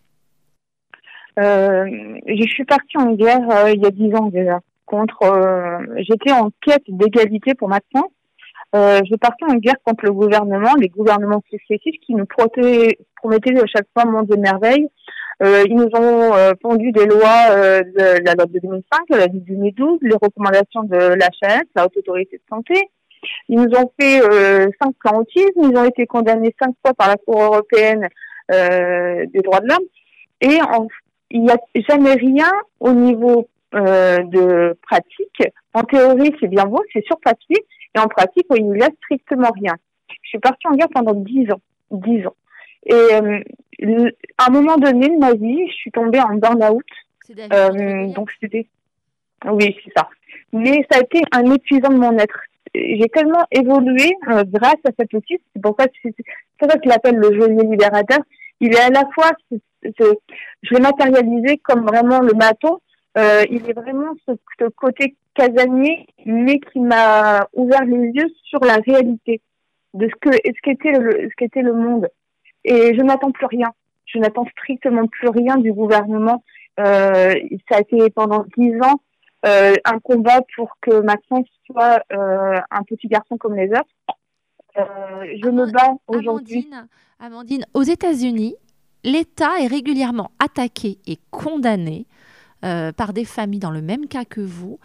Je suis partie en guerre il y a 10 ans déjà. J'étais en quête d'égalité pour Maxence. Je partais en guerre contre les gouvernements successifs qui nous promettaient à chaque fois mondes et merveilles. Ils nous ont pondu des lois, la loi de 2005, la de 2012, les recommandations de l'HAS, la Haute Autorité de Santé. Ils nous ont fait 5 plans autisme, ils ont été condamnés 5 fois par la Cour européenne des droits de l'homme. Et il n'y a jamais rien au niveau de pratique. En théorie, c'est bien beau, c'est sur papier. Et en pratique, il n'y a strictement rien. Je suis partie en guerre pendant 10 ans. 10 ans. Et à un moment donné de ma vie, je suis tombée en burn-out. Donc c'était... Oui, c'est ça. Mais ça a été un épuisant de mon être. J'ai tellement évolué grâce à cet outil. C'est pour ça qu'il appelle le geôlier libérateur. Il est à la fois... je l'ai matérialisé comme vraiment le maton. Il est vraiment ce côté casanier, mais qui m'a ouvert les yeux sur la réalité de ce qu'était le monde. Et je n'attends plus rien. Je n'attends strictement plus rien du gouvernement. Ça a été pendant 10 ans un combat pour que Maxence soit un petit garçon comme les autres. Je me bats aujourd'hui. Amandine, aux États-Unis, l'État est régulièrement attaqué et condamné par des familles dans le même cas que vous,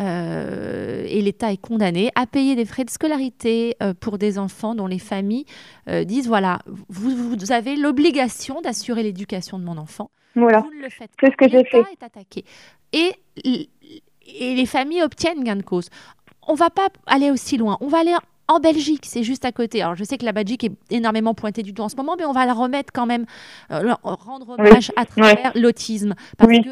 et l'État est condamné à payer des frais de scolarité pour des enfants dont les familles disent, voilà, vous avez l'obligation d'assurer l'éducation de mon enfant. Voilà. Vous ne le faites pas. C'est ce que j'ai fait. L'État est attaqué. Et les familles obtiennent gain de cause. On ne va pas aller aussi loin. On va aller en Belgique, c'est juste à côté. Alors, je sais que la Belgique est énormément pointée du doigt en ce moment, mais on va la remettre quand même, rendre hommage à travers l'autisme. Parce que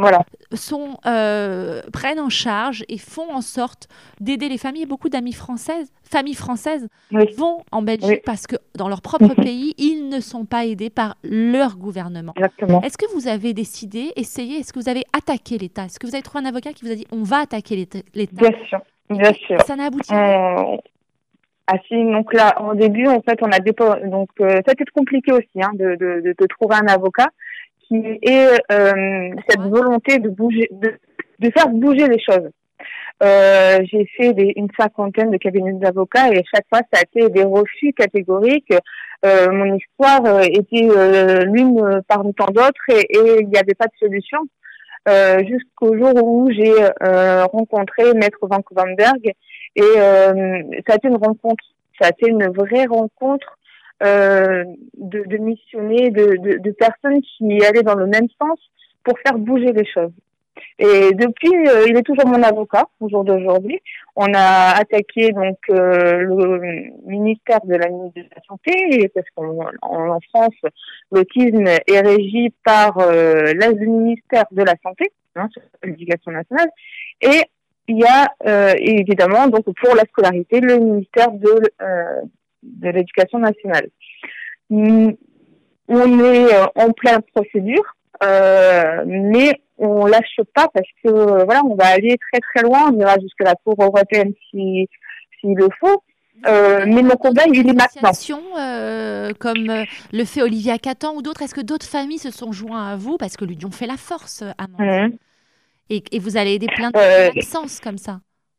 eux prennent en charge et font en sorte d'aider les familles. Et beaucoup familles françaises vont en Belgique parce que dans leur propre pays, ils ne sont pas aidés par leur gouvernement. Exactement. Est-ce que vous avez essayé, est-ce que vous avez attaqué l'État ? Est-ce que vous avez trouvé un avocat qui vous a dit on va attaquer l'État ? Bien sûr. Ça n'a abouti à donc là, au début, en fait, on a ça a été compliqué aussi, de trouver un avocat qui ait cette volonté de bouger, de faire bouger les choses. J'ai fait une 50aine de cabinets d'avocats et chaque fois, ça a été des refus catégoriques. Mon histoire était l'une parmi tant d'autres et il n'y avait pas de solution. Jusqu'au jour où j'ai rencontré Maître Van Kouwenberg. Et ça a été une rencontre, ça a été une vraie rencontre de missionnaires, de personnes qui allaient dans le même sens pour faire bouger les choses. Et depuis, il est toujours mon avocat au jour d'aujourd'hui. On a attaqué donc le ministère de la Santé, parce qu'en France, l'autisme est régi par le ministère de la Santé, l'éducation nationale, et il y a évidemment donc pour la scolarité le ministère de l'éducation nationale. On est en pleine procédure, mais on lâche pas parce que voilà, on va aller très très loin, on ira jusqu'à la Cour européenne s'il le faut. mais mon combat, il est maintenant. Comme le fait Olivia Catan ou d'autres, est-ce que d'autres familles se sont joints à vous parce que l'union fait la force, Amandine, et vous allez aider plein de Maxence comme ça?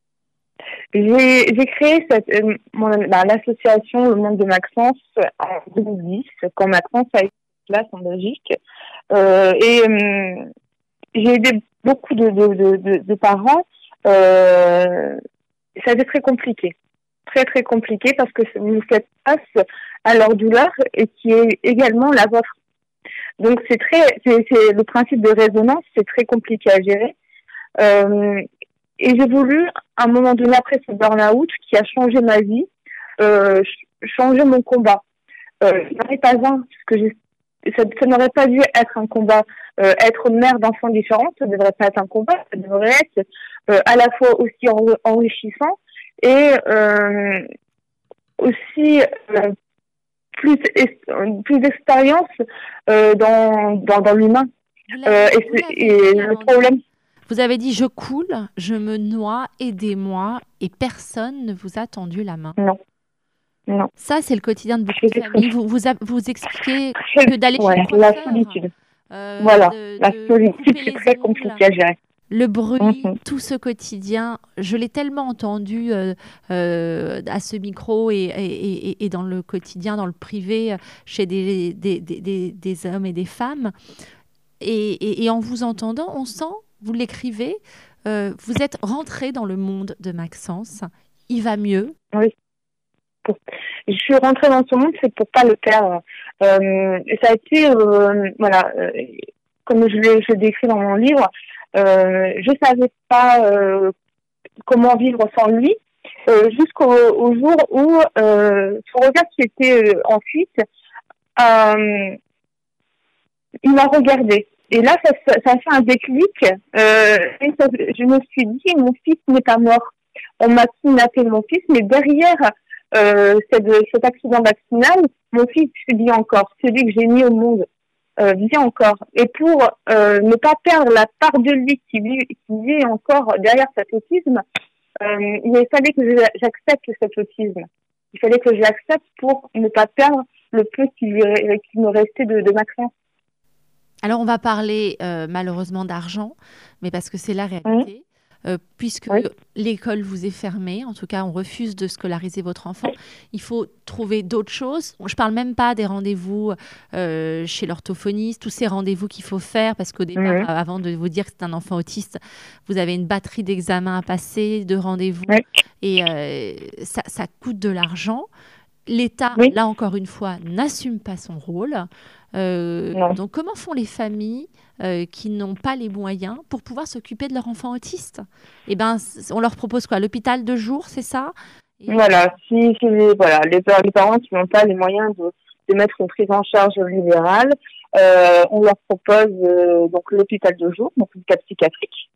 J'ai créé l'association Le Monde de Maxence en 2010, quand Maxence a été place en Belgique. J'ai aidé beaucoup de parents. Ça a été très compliqué. Très, très compliqué parce que vous faites face à leur douleur et qui est également la vôtre. Donc, c'est le principe de résonance, c'est très compliqué à gérer. Et j'ai voulu, à un moment donné, après ce burn-out qui a changé ma vie, changer mon combat. Il n'en est pas un, parce que ça n'aurait pas dû être un combat. Être mère d'enfants différents, ça ne devrait pas être un combat, ça devrait être à la fois aussi enrichissant et aussi plus d'expérience dans l'humain. Le problème... Vous avez dit « je coule, je me noie, aidez-moi » et personne ne vous a tendu la main. Non. Ça, c'est le quotidien de beaucoup de familles. Vous expliquez que d'aller chez le la solitude. La solitude, c'est très compliqué à gérer. Le bruit, tout ce quotidien, je l'ai tellement entendu à ce micro et dans le quotidien, dans le privé, chez des hommes et des femmes. Et en vous entendant, on sent, vous l'écrivez, vous êtes rentré dans le monde de Maxence. Il va mieux. Oui. Je suis rentrée dans ce monde, c'est pour pas le perdre. Ça a été, comme je le décris dans mon livre, je savais pas comment vivre sans lui, jusqu'au jour où son regard qui était en fuite, il m'a regardé. Et là, ça a fait un déclic. Je me suis dit, mon fils n'est pas mort. On m'a kidnappé mon fils, mais derrière cet accident vaccinal, mon fils vit encore. Celui que j'ai mis au monde vit encore. Et pour ne pas perdre la part de lui qui vit encore derrière cet autisme, il fallait que j'accepte cet autisme. Il fallait que je l'accepte pour ne pas perdre le peu qui me restait de Maxence. Alors, on va parler malheureusement d'argent, mais parce que c'est la réalité. Puisque l'école vous est fermée, en tout cas on refuse de scolariser votre enfant, il faut trouver d'autres choses. Je ne parle même pas des rendez-vous chez l'orthophoniste, tous ces rendez-vous qu'il faut faire, parce qu'au départ, avant de vous dire que c'est un enfant autiste, vous avez une batterie d'examens à passer, de rendez-vous, et ça coûte de l'argent. L'État, là encore une fois, n'assume pas son rôle. Donc comment font les familles qui n'ont pas les moyens pour pouvoir s'occuper de leur enfant autiste? Eh ben, on leur propose quoi? L'hôpital de jour, c'est ça? Les parents qui n'ont pas les moyens de mettre une prise en charge libérale, on leur propose donc l'hôpital de jour, donc l'hôpital psychiatrique,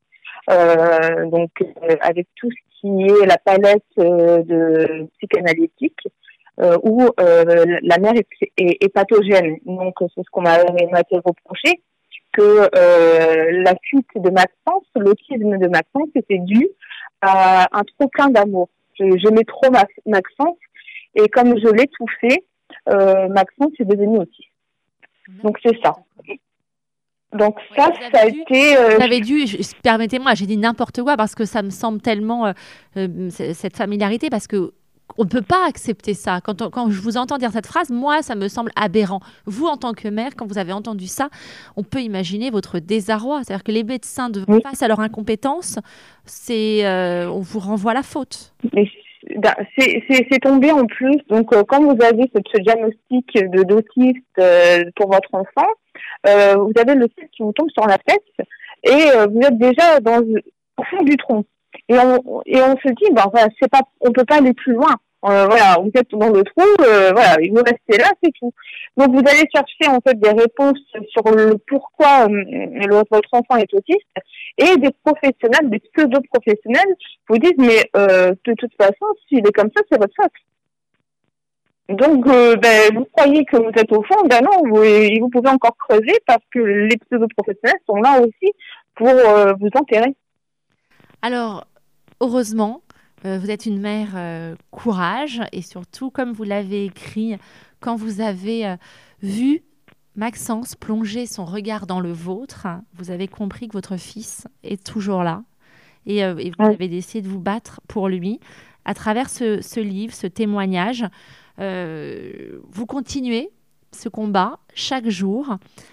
avec tout ce qui est la palette de psychanalytique, où la mère est pathogène. Donc c'est ce qu'on m'a été reproché, que la fuite de Maxence, l'autisme de Maxence, était dû à un trop plein d'amour. J'aimais trop Maxence, et comme je l'étouffais, Maxence est devenu autiste. Donc c'est ça. Donc ça a été... Vous avez dû, permettez-moi, j'ai dit n'importe quoi parce que ça me semble tellement cette familiarité, parce que on ne peut pas accepter ça. Quand je vous entends dire cette phrase, moi, ça me semble aberrant. Vous, en tant que mère, quand vous avez entendu ça, on peut imaginer votre désarroi. C'est-à-dire que les médecins, face à leur incompétence, on vous renvoie la faute. C'est tombé en plus. Donc, quand vous avez ce diagnostic d'autiste pour votre enfant, vous avez le ciel qui vous tombe sur la tête et vous êtes déjà au fond du tronc. Et on se dit, on peut pas aller plus loin. Vous êtes dans le trou, il vous restez là, c'est tout. Donc vous allez chercher en fait des réponses sur le pourquoi votre enfant est autiste, et des professionnels, des pseudo-professionnels vous disent mais de toute façon, s'il est comme ça, c'est votre faute. Donc vous croyez que vous êtes au fond, non, vous pouvez encore creuser parce que les pseudo-professionnels sont là aussi pour vous enterrer. Alors, heureusement, Vous êtes une mère courage et surtout, comme vous l'avez écrit, quand vous avez vu Maxence plonger son regard dans le vôtre, vous avez compris que votre fils est toujours là et vous avez décidé de vous battre pour lui. À travers ce livre, ce témoignage, vous continuez ce combat chaque jour.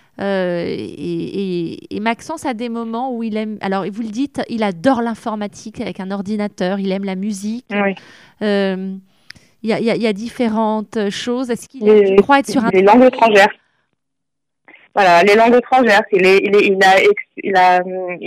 Et Maxence a des moments où il aime, alors vous le dites, il adore l'informatique avec un ordinateur, il aime la musique. Oui. Il y a différentes choses. Est-ce qu'il aime, je crois, être sur les langues étrangères? Voilà, les langues étrangères. Il a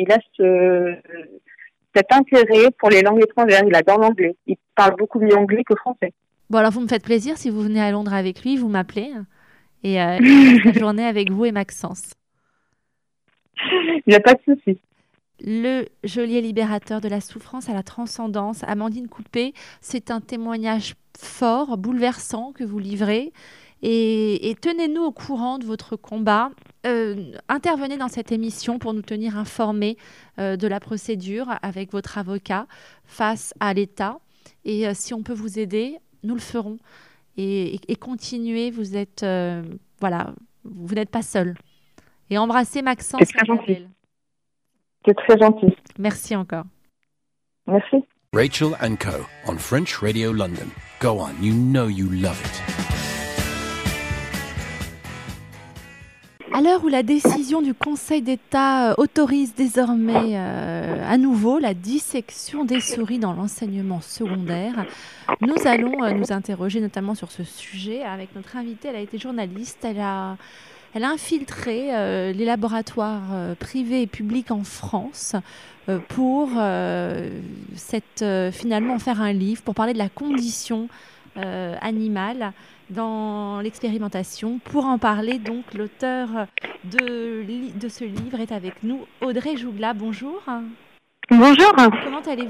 cet intérêt pour les langues étrangères. Il adore l'anglais. Il parle beaucoup mieux anglais que français. Bon, alors vous me faites plaisir si vous venez à Londres avec lui, vous m'appelez. Et la journée avec vous et Maxence. Il n'y a pas de souci. Le geôlier libérateur de la souffrance à la transcendance, Amandine Coupet, c'est un témoignage fort, bouleversant que vous livrez. Et tenez-nous au courant de votre combat. Intervenez dans cette émission pour nous tenir informés de la procédure avec votre avocat face à l'État. Et si on peut vous aider, nous le ferons. Et continuez, vous êtes vous n'êtes pas seul. Et embrassez Maxence. C'est très gentil. C'est très gentil. Merci encore. Merci. Rachel & Co. on French Radio London. Go on, you know you love it. À l'heure où la décision du Conseil d'État autorise désormais à nouveau la dissection des souris dans l'enseignement secondaire, nous allons nous interroger notamment sur ce sujet avec notre invitée. Elle a été journaliste, elle a infiltré les laboratoires privés et publics en France pour finalement faire un livre pour parler de la condition animale dans l'expérimentation. Pour en parler, donc, l'auteur de ce livre est avec nous, Audrey Jougla. Bonjour. Bonjour. Comment allez-vous ?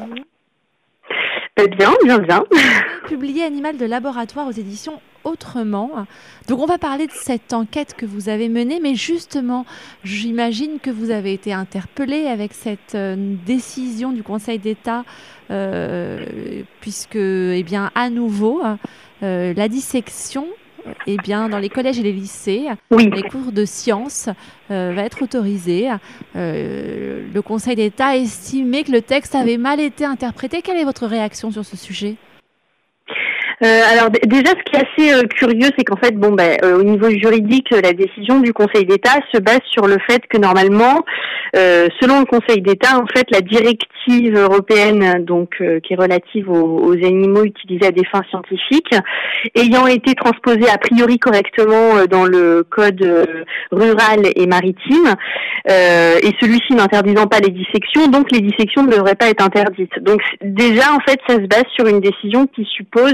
Bien. Publié Animal de laboratoire aux éditions Autrement. Donc on va parler de cette enquête que vous avez menée, mais justement, j'imagine que vous avez été interpellé avec cette décision du Conseil d'État, puisque, à nouveau, la dissection, dans les collèges et les lycées, les cours de sciences, va être autorisée. Le Conseil d'État a estimé que le texte avait mal été interprété. Quelle est votre réaction sur ce sujet ? Alors déjà, ce qui est assez curieux, c'est qu'en fait, au niveau juridique, la décision du Conseil d'État se base sur le fait que normalement, selon le Conseil d'État, en fait, la directive européenne, qui est relative aux animaux utilisés à des fins scientifiques, ayant été transposée a priori correctement dans le code rural et maritime, et celui-ci n'interdisant pas les dissections, donc les dissections ne devraient pas être interdites. Donc déjà, en fait, ça se base sur une décision qui suppose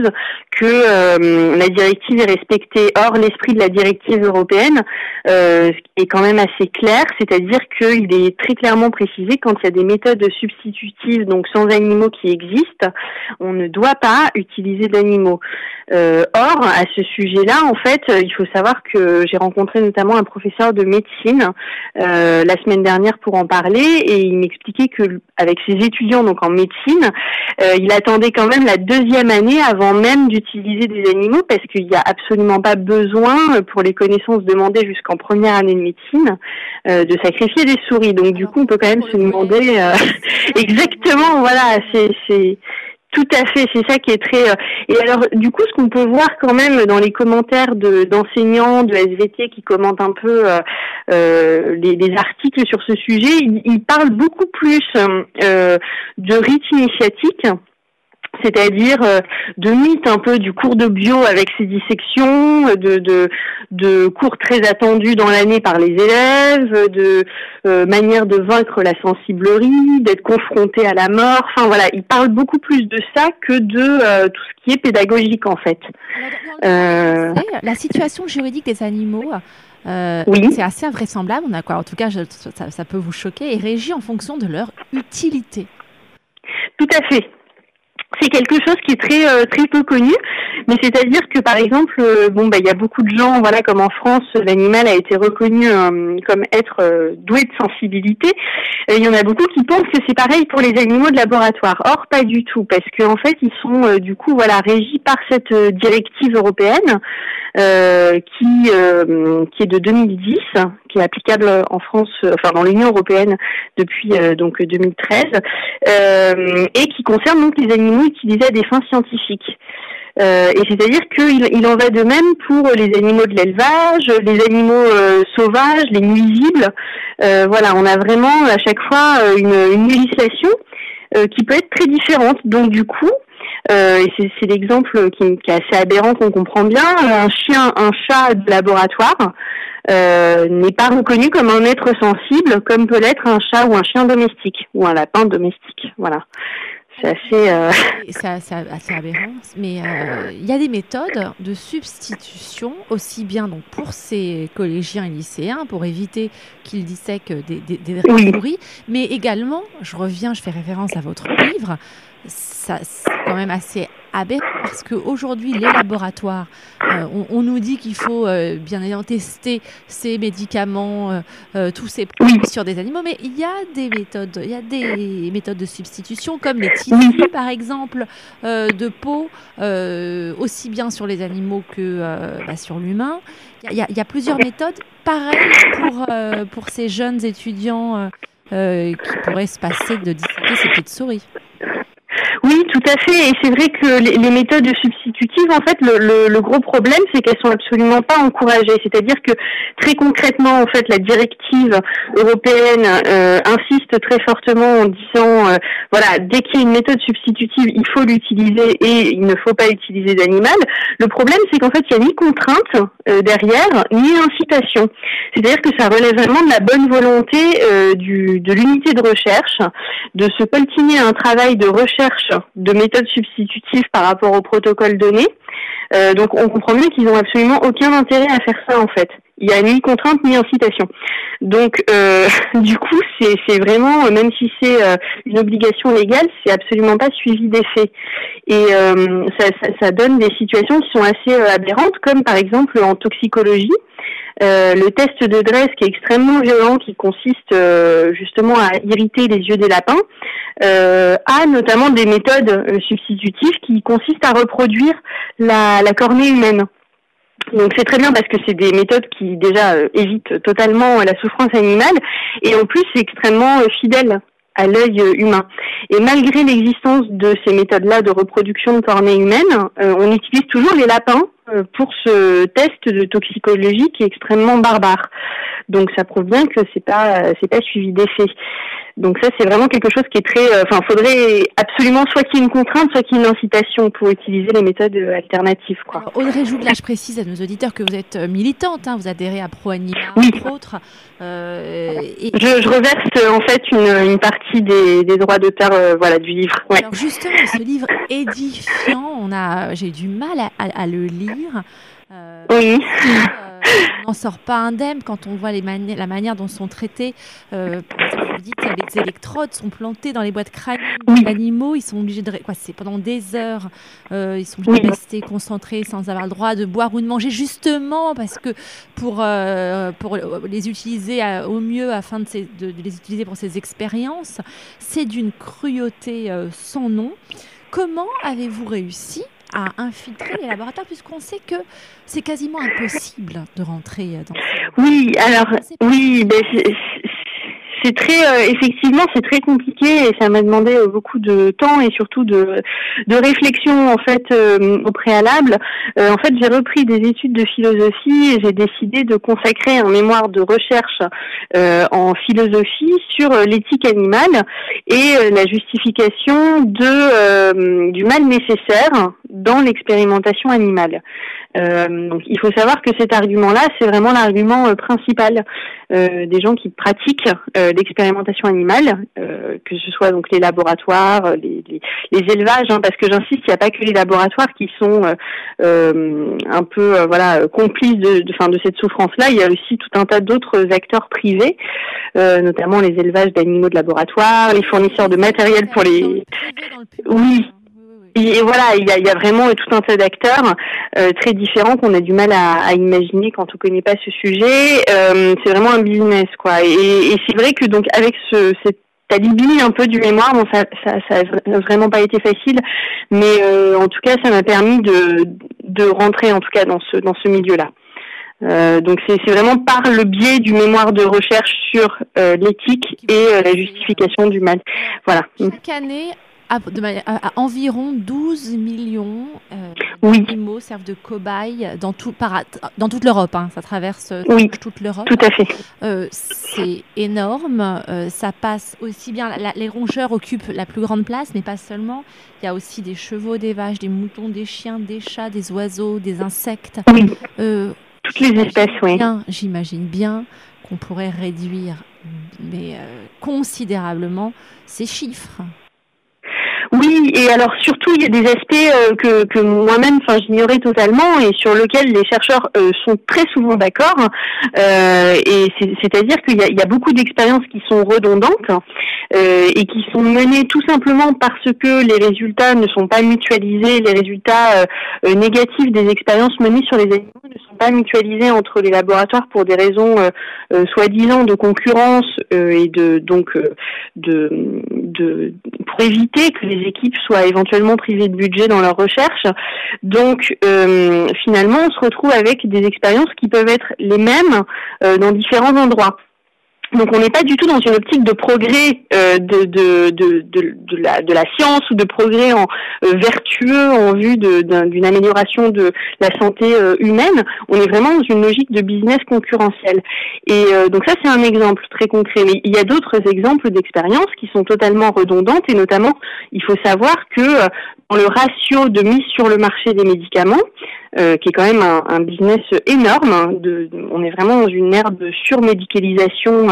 que la directive est respectée. Or, l'esprit de la directive européenne est quand même assez clair, c'est-à-dire qu'il est très clairement précisé quand il y a des méthodes substitutives, donc sans animaux qui existent, on ne doit pas utiliser d'animaux. Or, à ce sujet-là, en fait, il faut savoir que j'ai rencontré notamment un professeur de médecine la semaine dernière pour en parler, et il m'expliquait que avec ses étudiants donc en médecine, il attendait quand même la 2e année avant même d'utiliser des animaux, parce qu'il n'y a absolument pas besoin, pour les connaissances demandées jusqu'en première année de médecine, de sacrifier des souris. Donc du coup, on peut quand même se demander exactement, voilà, c'est tout à fait, c'est ça qui est très... Et alors, du coup, ce qu'on peut voir quand même dans les commentaires d'enseignants, de SVT qui commentent un peu les articles sur ce sujet, ils parlent beaucoup plus de rites initiatiques, c'est-à-dire de mythes un peu du cours de bio avec ses dissections, de cours très attendus dans l'année par les élèves, de manière de vaincre la sensiblerie, d'être confronté à la mort. Enfin voilà, ils parlent beaucoup plus de ça que de tout ce qui est pédagogique en fait. La situation juridique des animaux, c'est assez invraisemblable. En tout cas, ça peut vous choquer, est régie en fonction de leur utilité. Tout à fait. c'est quelque chose qui est très peu connu, mais c'est-à-dire que par exemple, il y a beaucoup de gens, voilà, comme en France, l'animal a été reconnu comme être doué de sensibilité. Il y en a beaucoup qui pensent que c'est pareil pour les animaux de laboratoire. Or, pas du tout, parce que en fait, ils sont du coup, voilà, régis par cette directive européenne qui est de 2010, qui est applicable en France, dans l'Union européenne depuis donc 2013, et qui concerne donc les animaux utilisés à des fins scientifiques. Et c'est-à-dire qu'il en va de même pour les animaux de l'élevage, les animaux sauvages, les nuisibles. On a vraiment à chaque fois une législation qui peut être très différente. Donc du coup, et c'est l'exemple qui est assez aberrant, qu'on comprend bien, un chat de laboratoire n'est pas reconnu comme un être sensible, comme peut l'être un chat ou un chien domestique, ou un lapin domestique. Voilà. C'est assez aberrant, mais il y a des méthodes de substitution, aussi bien donc pour ces collégiens et lycéens, pour éviter qu'ils dissèquent des souris, mais également, je fais référence à votre livre, c'est quand même assez aberrant parce qu'aujourd'hui, les laboratoires, on nous dit qu'il faut bien évidemment tester ces médicaments, tous ces produits sur des animaux, mais il y a des méthodes de substitution comme les tissus, par exemple, de peau, aussi bien sur les animaux que sur l'humain. Il y a plusieurs méthodes. Pareil pour ces jeunes étudiants qui pourraient se passer de disséquer ces petites souris. Oui, tout à fait. Et c'est vrai que les méthodes substitutives, en fait, le gros problème, c'est qu'elles sont absolument pas encouragées. C'est-à-dire que très concrètement, en fait, la directive européenne insiste très fortement en disant, dès qu'il y a une méthode substitutive, il faut l'utiliser et il ne faut pas utiliser d'animal. Le problème, c'est qu'en fait, il n'y a ni contrainte derrière, ni incitation. C'est-à-dire que ça relève vraiment de la bonne volonté de l'unité de recherche, de se coltiner à un travail de recherche de méthodes substitutives par rapport au protocole donné. Donc on comprend bien qu'ils n'ont absolument aucun intérêt à faire ça en fait. Il n'y a ni contrainte ni incitation. Donc du coup c'est vraiment, même si c'est une obligation légale, c'est absolument pas suivi d'effet. Et ça donne des situations qui sont assez aberrantes, comme par exemple en toxicologie. Le test de Dresse qui est extrêmement violent, qui consiste justement à irriter les yeux des lapins, a notamment des méthodes substitutives qui consistent à reproduire la cornée humaine. Donc c'est très bien parce que c'est des méthodes qui déjà évitent totalement la souffrance animale et en plus c'est extrêmement fidèle à l'œil humain. Et malgré l'existence de ces méthodes-là de reproduction de cornée humaine, on utilise toujours les lapins pour ce test de toxicologie qui est extrêmement barbare. Donc ça prouve bien que c'est pas suivi d'effet. Donc ça c'est vraiment quelque chose qui est très, faudrait absolument soit qu'il y ait une contrainte, soit qu'il y ait une incitation pour utiliser les méthodes alternatives, quoi. Alors, Audrey Jougla, je précise à nos auditeurs que vous êtes militante, vous adhérez à ProAnima, entre autres. Je reverse en fait une partie des droits d'auteur du livre. Ouais. Alors justement, ce livre édifiant, j'ai du mal à le lire. Oui. On n'en sort pas indemne quand on voit la manière dont sont traités. Par exemple, vous dites que les électrodes sont plantées dans les boîtes crâniennes des animaux. Ils sont obligés c'est pendant des heures. Ils sont obligés de rester concentrés sans avoir le droit de boire ou de manger, justement parce que pour les utiliser au mieux afin de les utiliser pour ces expériences, c'est d'une cruauté sans nom. Comment avez-vous réussi à infiltrer les laboratoires, puisqu'on sait que c'est quasiment impossible de rentrer dans ces... Oui, alors, c'est très, effectivement, c'est très compliqué et ça m'a demandé beaucoup de temps et surtout de réflexion en fait au préalable. En fait, j'ai repris des études de philosophie et j'ai décidé de consacrer un mémoire de recherche en philosophie sur l'éthique animale et la justification du mal nécessaire dans l'expérimentation animale. Donc, il faut savoir que cet argument-là, c'est vraiment l'argument principal des gens qui pratiquent l'expérimentation animale, que ce soit donc les laboratoires, les élevages, parce que j'insiste, il n'y a pas que les laboratoires qui sont un peu complices de cette souffrance-là. Il y a aussi tout un tas d'autres acteurs privés, notamment les élevages d'animaux de laboratoire, les fournisseurs de matériel pour les. Oui. Et voilà, il y a vraiment tout un tas d'acteurs très différents qu'on a du mal à imaginer quand on connaît pas ce sujet. C'est vraiment un business, quoi. Et c'est vrai que donc avec cette alibi un peu du mémoire, bon, ça a vraiment pas été facile, mais en tout cas, ça m'a permis de rentrer en tout cas dans ce milieu-là. Donc c'est vraiment par le biais du mémoire de recherche sur l'éthique et la justification du mal. Voilà. Chaque année, à environ 12 millions d'animaux servent de cobayes dans toute l'Europe. Hein. Ça traverse toute l'Europe. Tout à fait. C'est énorme. Ça passe aussi bien. Les rongeurs occupent la plus grande place, mais pas seulement. Il y a aussi des chevaux, des vaches, des moutons, des chiens, des chats, des oiseaux, des insectes. Oui. Toutes les espèces, oui. J'imagine bien qu'on pourrait réduire considérablement ces chiffres. Oui, et alors surtout il y a des aspects que moi-même, j'ignorais totalement et sur lesquels les chercheurs sont très souvent d'accord. Et c'est-à-dire qu'il y a beaucoup d'expériences qui sont redondantes et qui sont menées tout simplement parce que les résultats ne sont pas mutualisés, les résultats négatifs des expériences menées sur les animaux ne sont pas mutualisés entre les laboratoires pour des raisons soi-disant de concurrence et pour éviter que les équipes soient éventuellement privées de budget dans leurs recherches. Donc finalement, on se retrouve avec des expériences qui peuvent être les mêmes dans différents endroits. Donc on n'est pas du tout dans une optique de progrès de la science ou de progrès vertueux en vue d'une amélioration de la santé humaine. On est vraiment dans une logique de business concurrentiel. Et donc ça c'est un exemple très concret. Mais il y a d'autres exemples d'expériences qui sont totalement redondantes et notamment il faut savoir que dans le ratio de mise sur le marché des médicaments, qui est quand même un business énorme. On est vraiment dans une ère de surmédicalisation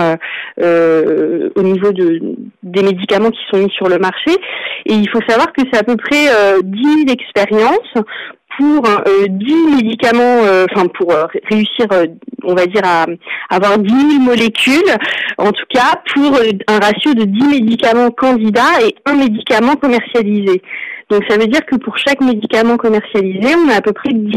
au niveau des médicaments qui sont mis sur le marché. Et il faut savoir que c'est à peu près 10 000 expériences pour 10 médicaments, pour réussir, on va dire, à avoir 10 000 molécules, en tout cas pour un ratio de 10 médicaments candidats et un médicament commercialisé. Donc ça veut dire que pour chaque médicament commercialisé, on a à peu près 10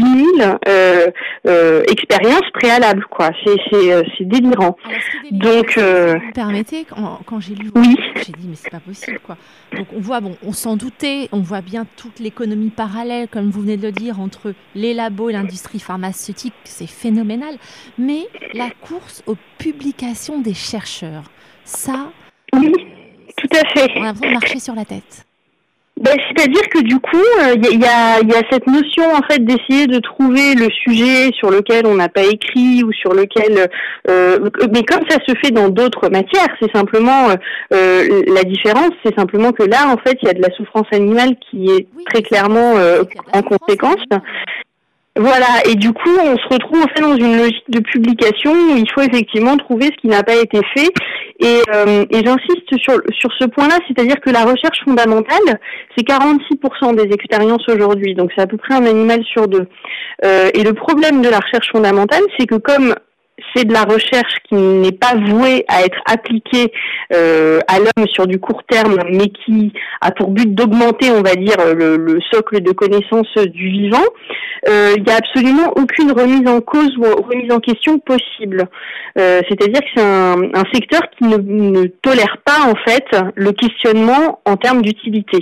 000 expériences préalables, quoi. C'est délirant. Donc, si vous me permettez, quand j'ai lu, j'ai dit mais c'est pas possible, quoi. Donc on voit, on s'en doutait, on voit bien toute l'économie parallèle, comme vous venez de le dire, entre les labos et l'industrie pharmaceutique, c'est phénoménal. Mais la course aux publications des chercheurs, ça, oui, tout à fait. On a l'impression de marcher sur la tête. C'est-à-dire que du coup, il y a cette notion en fait d'essayer de trouver le sujet sur lequel on n'a pas écrit ou sur lequel, mais comme ça se fait dans d'autres matières, c'est simplement la différence, c'est simplement que là en fait il y a de la souffrance animale qui est très clairement en conséquence. Voilà, et du coup, on se retrouve en fait dans une logique de publication où il faut effectivement trouver ce qui n'a pas été fait. Et j'insiste sur ce point-là, c'est-à-dire que la recherche fondamentale, c'est 46% des expériences aujourd'hui, donc c'est à peu près un animal sur deux. Et le problème de la recherche fondamentale, c'est que comme c'est de la recherche qui n'est pas vouée à être appliquée à l'homme sur du court terme, mais qui a pour but d'augmenter, on va dire, le socle de connaissances du vivant, il n'y a absolument aucune remise en cause ou remise en question possible. C'est-à-dire que c'est un secteur qui ne tolère pas, en fait, le questionnement en termes d'utilité.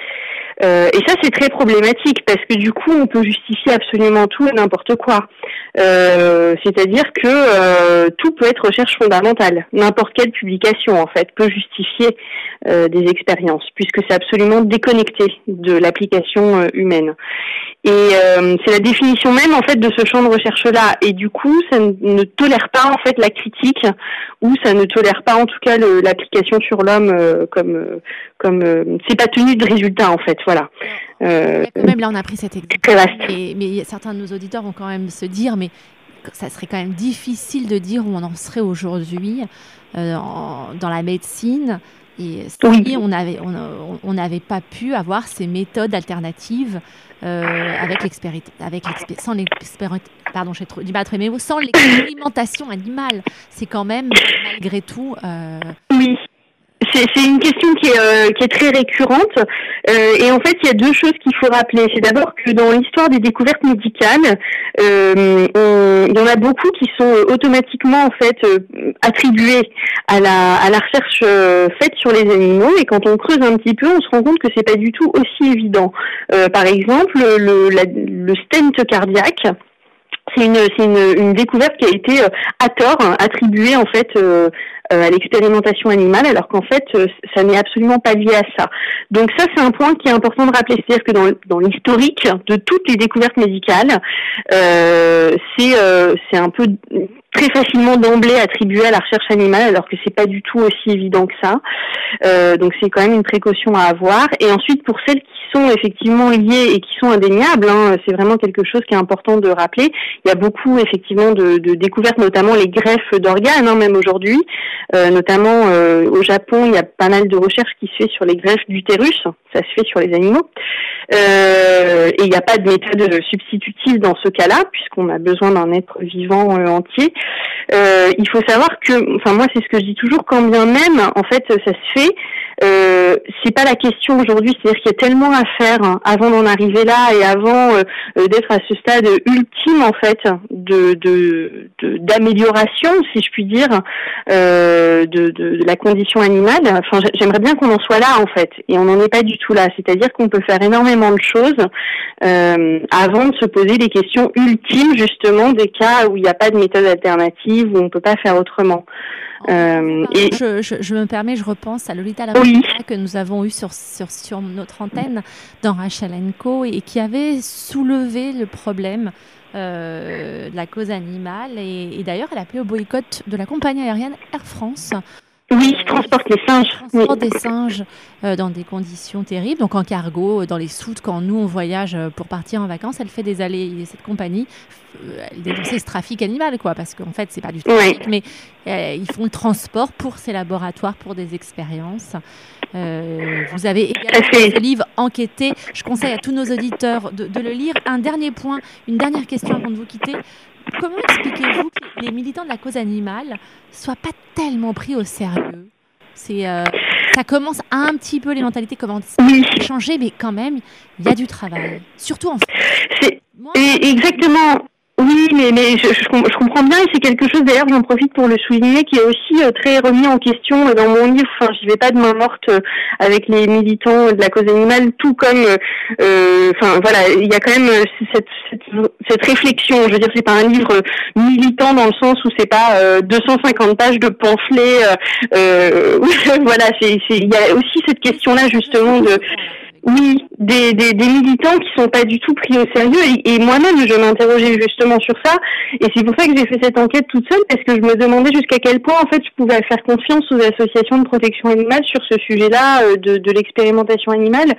Et ça, c'est très problématique parce que du coup, on peut justifier absolument tout et n'importe quoi. C'est-à-dire que tout peut être recherche fondamentale. N'importe quelle publication, en fait, peut justifier des expériences puisque c'est absolument déconnecté de l'application humaine. Et c'est la définition même, en fait, de ce champ de recherche-là. Et du coup, ça ne tolère pas, en fait, la critique ou ça ne tolère pas, en tout cas, l'application sur l'homme comme c'est pas tenu de résultat, en fait. Voilà. Quand même, là, on a pris cet exemple. Mais certains de nos auditeurs vont quand même se dire, mais ça serait quand même difficile de dire où on en serait aujourd'hui dans la médecine. Et si on n'avait pas pu avoir ces méthodes alternatives sans l'expérimentation animale, c'est quand même malgré tout. Oui. C'est une question qui est très récurrente et en fait il y a deux choses qu'il faut rappeler. C'est d'abord que dans l'histoire des découvertes médicales, il y en a beaucoup qui sont automatiquement en fait attribuées à la recherche faite sur les animaux, et quand on creuse un petit peu, on se rend compte que c'est pas du tout aussi évident. Par exemple, le stent cardiaque. C'est une découverte qui a été à tort attribuée en fait à l'expérimentation animale, alors qu'en fait ça n'est absolument pas lié à ça. Donc ça, c'est un point qui est important de rappeler, c'est-à-dire que dans l'historique de toutes les découvertes médicales, c'est un peu très facilement d'emblée attribué à la recherche animale, alors que c'est pas du tout aussi évident que ça. Donc c'est quand même une précaution à avoir. Et ensuite, pour celles qui sont effectivement liées et qui sont indéniables, c'est vraiment quelque chose qui est important de rappeler. Il y a beaucoup effectivement de découvertes, notamment les greffes d'organes, même aujourd'hui. Notamment au Japon, il y a pas mal de recherches qui se fait sur les greffes d'utérus. Ça se fait sur les animaux. Et il n'y a pas de méthode substitutive dans ce cas-là, puisqu'on a besoin d'un être vivant entier. Il faut savoir que, enfin moi c'est ce que je dis toujours, quand bien même en fait ça se fait, c'est pas la question aujourd'hui, c'est-à-dire qu'il y a tellement à faire avant d'en arriver là et avant d'être à ce stade ultime en fait d'amélioration, si je puis dire, de la condition animale. Enfin j'aimerais bien qu'on en soit là en fait, et on n'en est pas du tout là. C'est-à-dire qu'on peut faire énormément de choses avant de se poser les questions ultimes justement des cas où il n'y a pas de méthode alternative, où on peut pas faire autrement. Et je me permets, je repense à Lolita Laurita que nous avons eu sur notre antenne dans Rachel & Co et qui avait soulevé le problème de la cause animale et d'ailleurs elle a appelé au boycott de la compagnie aérienne Air France. Oui, qui transporte les singes. Transporte des singes dans des conditions terribles, donc en cargo, dans les soutes, quand nous on voyage pour partir en vacances, elle fait des allées, cette compagnie, elle dénonce ce trafic animal, quoi, parce qu'en fait c'est pas du trafic, mais ils font le transport pour ces laboratoires, pour des expériences. Vous avez également ce livre enquêté, je conseille à tous nos auditeurs de le lire. Un dernier point, une dernière question avant de vous quitter. Comment expliquez-vous que les militants de la cause animale ne soient pas tellement pris au sérieux ? Ça commence un petit peu, les mentalités commencent à changer, mais quand même, il y a du travail, surtout en France. Exactement. Oui, mais je comprends bien, et c'est quelque chose d'ailleurs, j'en profite pour le souligner, qui est aussi très remis en question dans mon livre. Enfin, j'y vais pas de main morte avec les militants de la cause animale, tout comme, enfin voilà, il y a quand même cette réflexion. Je veux dire, c'est pas un livre militant dans le sens où c'est pas 250 pages de pamphlets. Voilà, il y a aussi cette question-là justement de. Oui, des militants qui sont pas du tout pris au sérieux, et moi-même je m'interrogeais justement sur ça, et c'est pour ça que j'ai fait cette enquête toute seule, parce que je me demandais jusqu'à quel point en fait je pouvais faire confiance aux associations de protection animale sur ce sujet-là de l'expérimentation animale,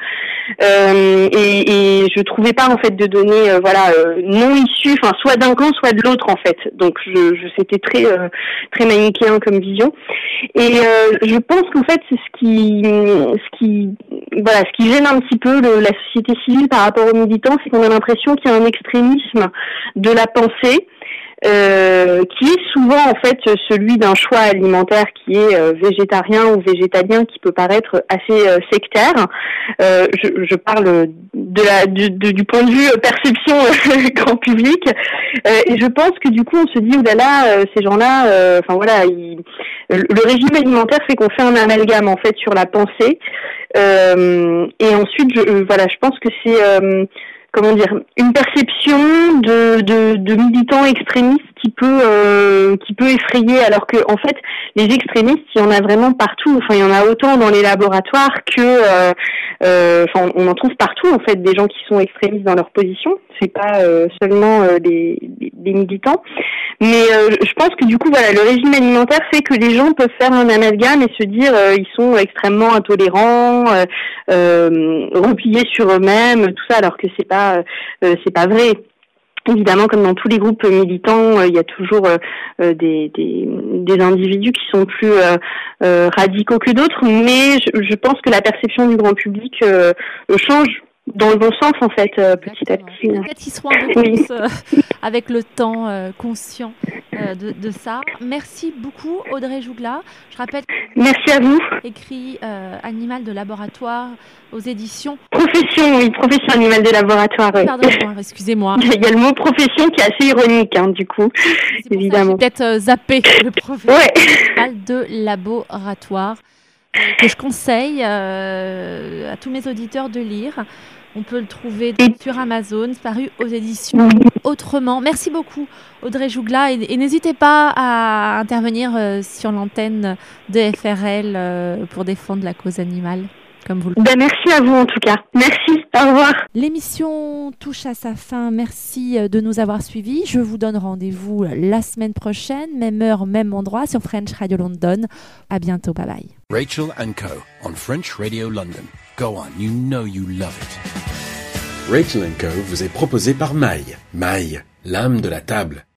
et je trouvais pas en fait de données non issues, enfin soit d'un camp soit de l'autre en fait, donc c'était très très manichéen comme vision, et je pense qu'en fait c'est ce qui gêne un petit peu la société civile par rapport aux militants, c'est qu'on a l'impression qu'il y a un extrémisme de la pensée qui est souvent en fait celui d'un choix alimentaire qui est végétarien ou végétalien, qui peut paraître assez sectaire. Je parle du point de vue perception grand public, et je pense que du coup on se dit ces gens-là, le régime alimentaire fait qu'on fait un amalgame en fait sur la pensée, et ensuite je pense que c'est une perception de militants extrémistes qui peut effrayer, alors que en fait les extrémistes, il y en a vraiment partout. Enfin, il y en a autant dans les laboratoires que on en trouve partout en fait, des gens qui sont extrémistes dans leur position. C'est pas seulement des militants, mais je pense que du coup le régime alimentaire fait que les gens peuvent faire un amalgame et se dire ils sont extrêmement intolérants, repliés sur eux-mêmes, tout ça, alors que c'est pas vrai. Évidemment, comme dans tous les groupes militants, il y a toujours des individus qui sont plus radicaux que d'autres, mais je pense que la perception du grand public change dans le bon sens en fait, petit à petit. Peut-être qu'ils seront un peu plus avec le temps conscients de ça. Merci beaucoup Audrey Jougla. Je rappelle. Merci à vous. Écrit Animal de laboratoire aux éditions. Profession animal de laboratoire. Oui. Pardon, excusez-moi. Il y a le mot profession qui est assez ironique, du coup, évidemment. Peut-être zappé le profession animal de laboratoire que je conseille à tous mes auditeurs de lire. On peut le trouver sur Amazon, paru aux éditions Autrement. Merci beaucoup Audrey Jougla et n'hésitez pas à intervenir sur l'antenne de FRL pour défendre la cause animale. Comme vous le merci à vous en tout cas. Merci, au revoir. L'émission touche à sa fin. Merci de nous avoir suivis. Je vous donne rendez-vous la semaine prochaine, même heure, même endroit sur French Radio London. À bientôt, bye bye. Rachel & Co. on French Radio London. Go on, you know you love it. Rachel & Co. vous est proposé par Maï. Maï, l'âme de la table.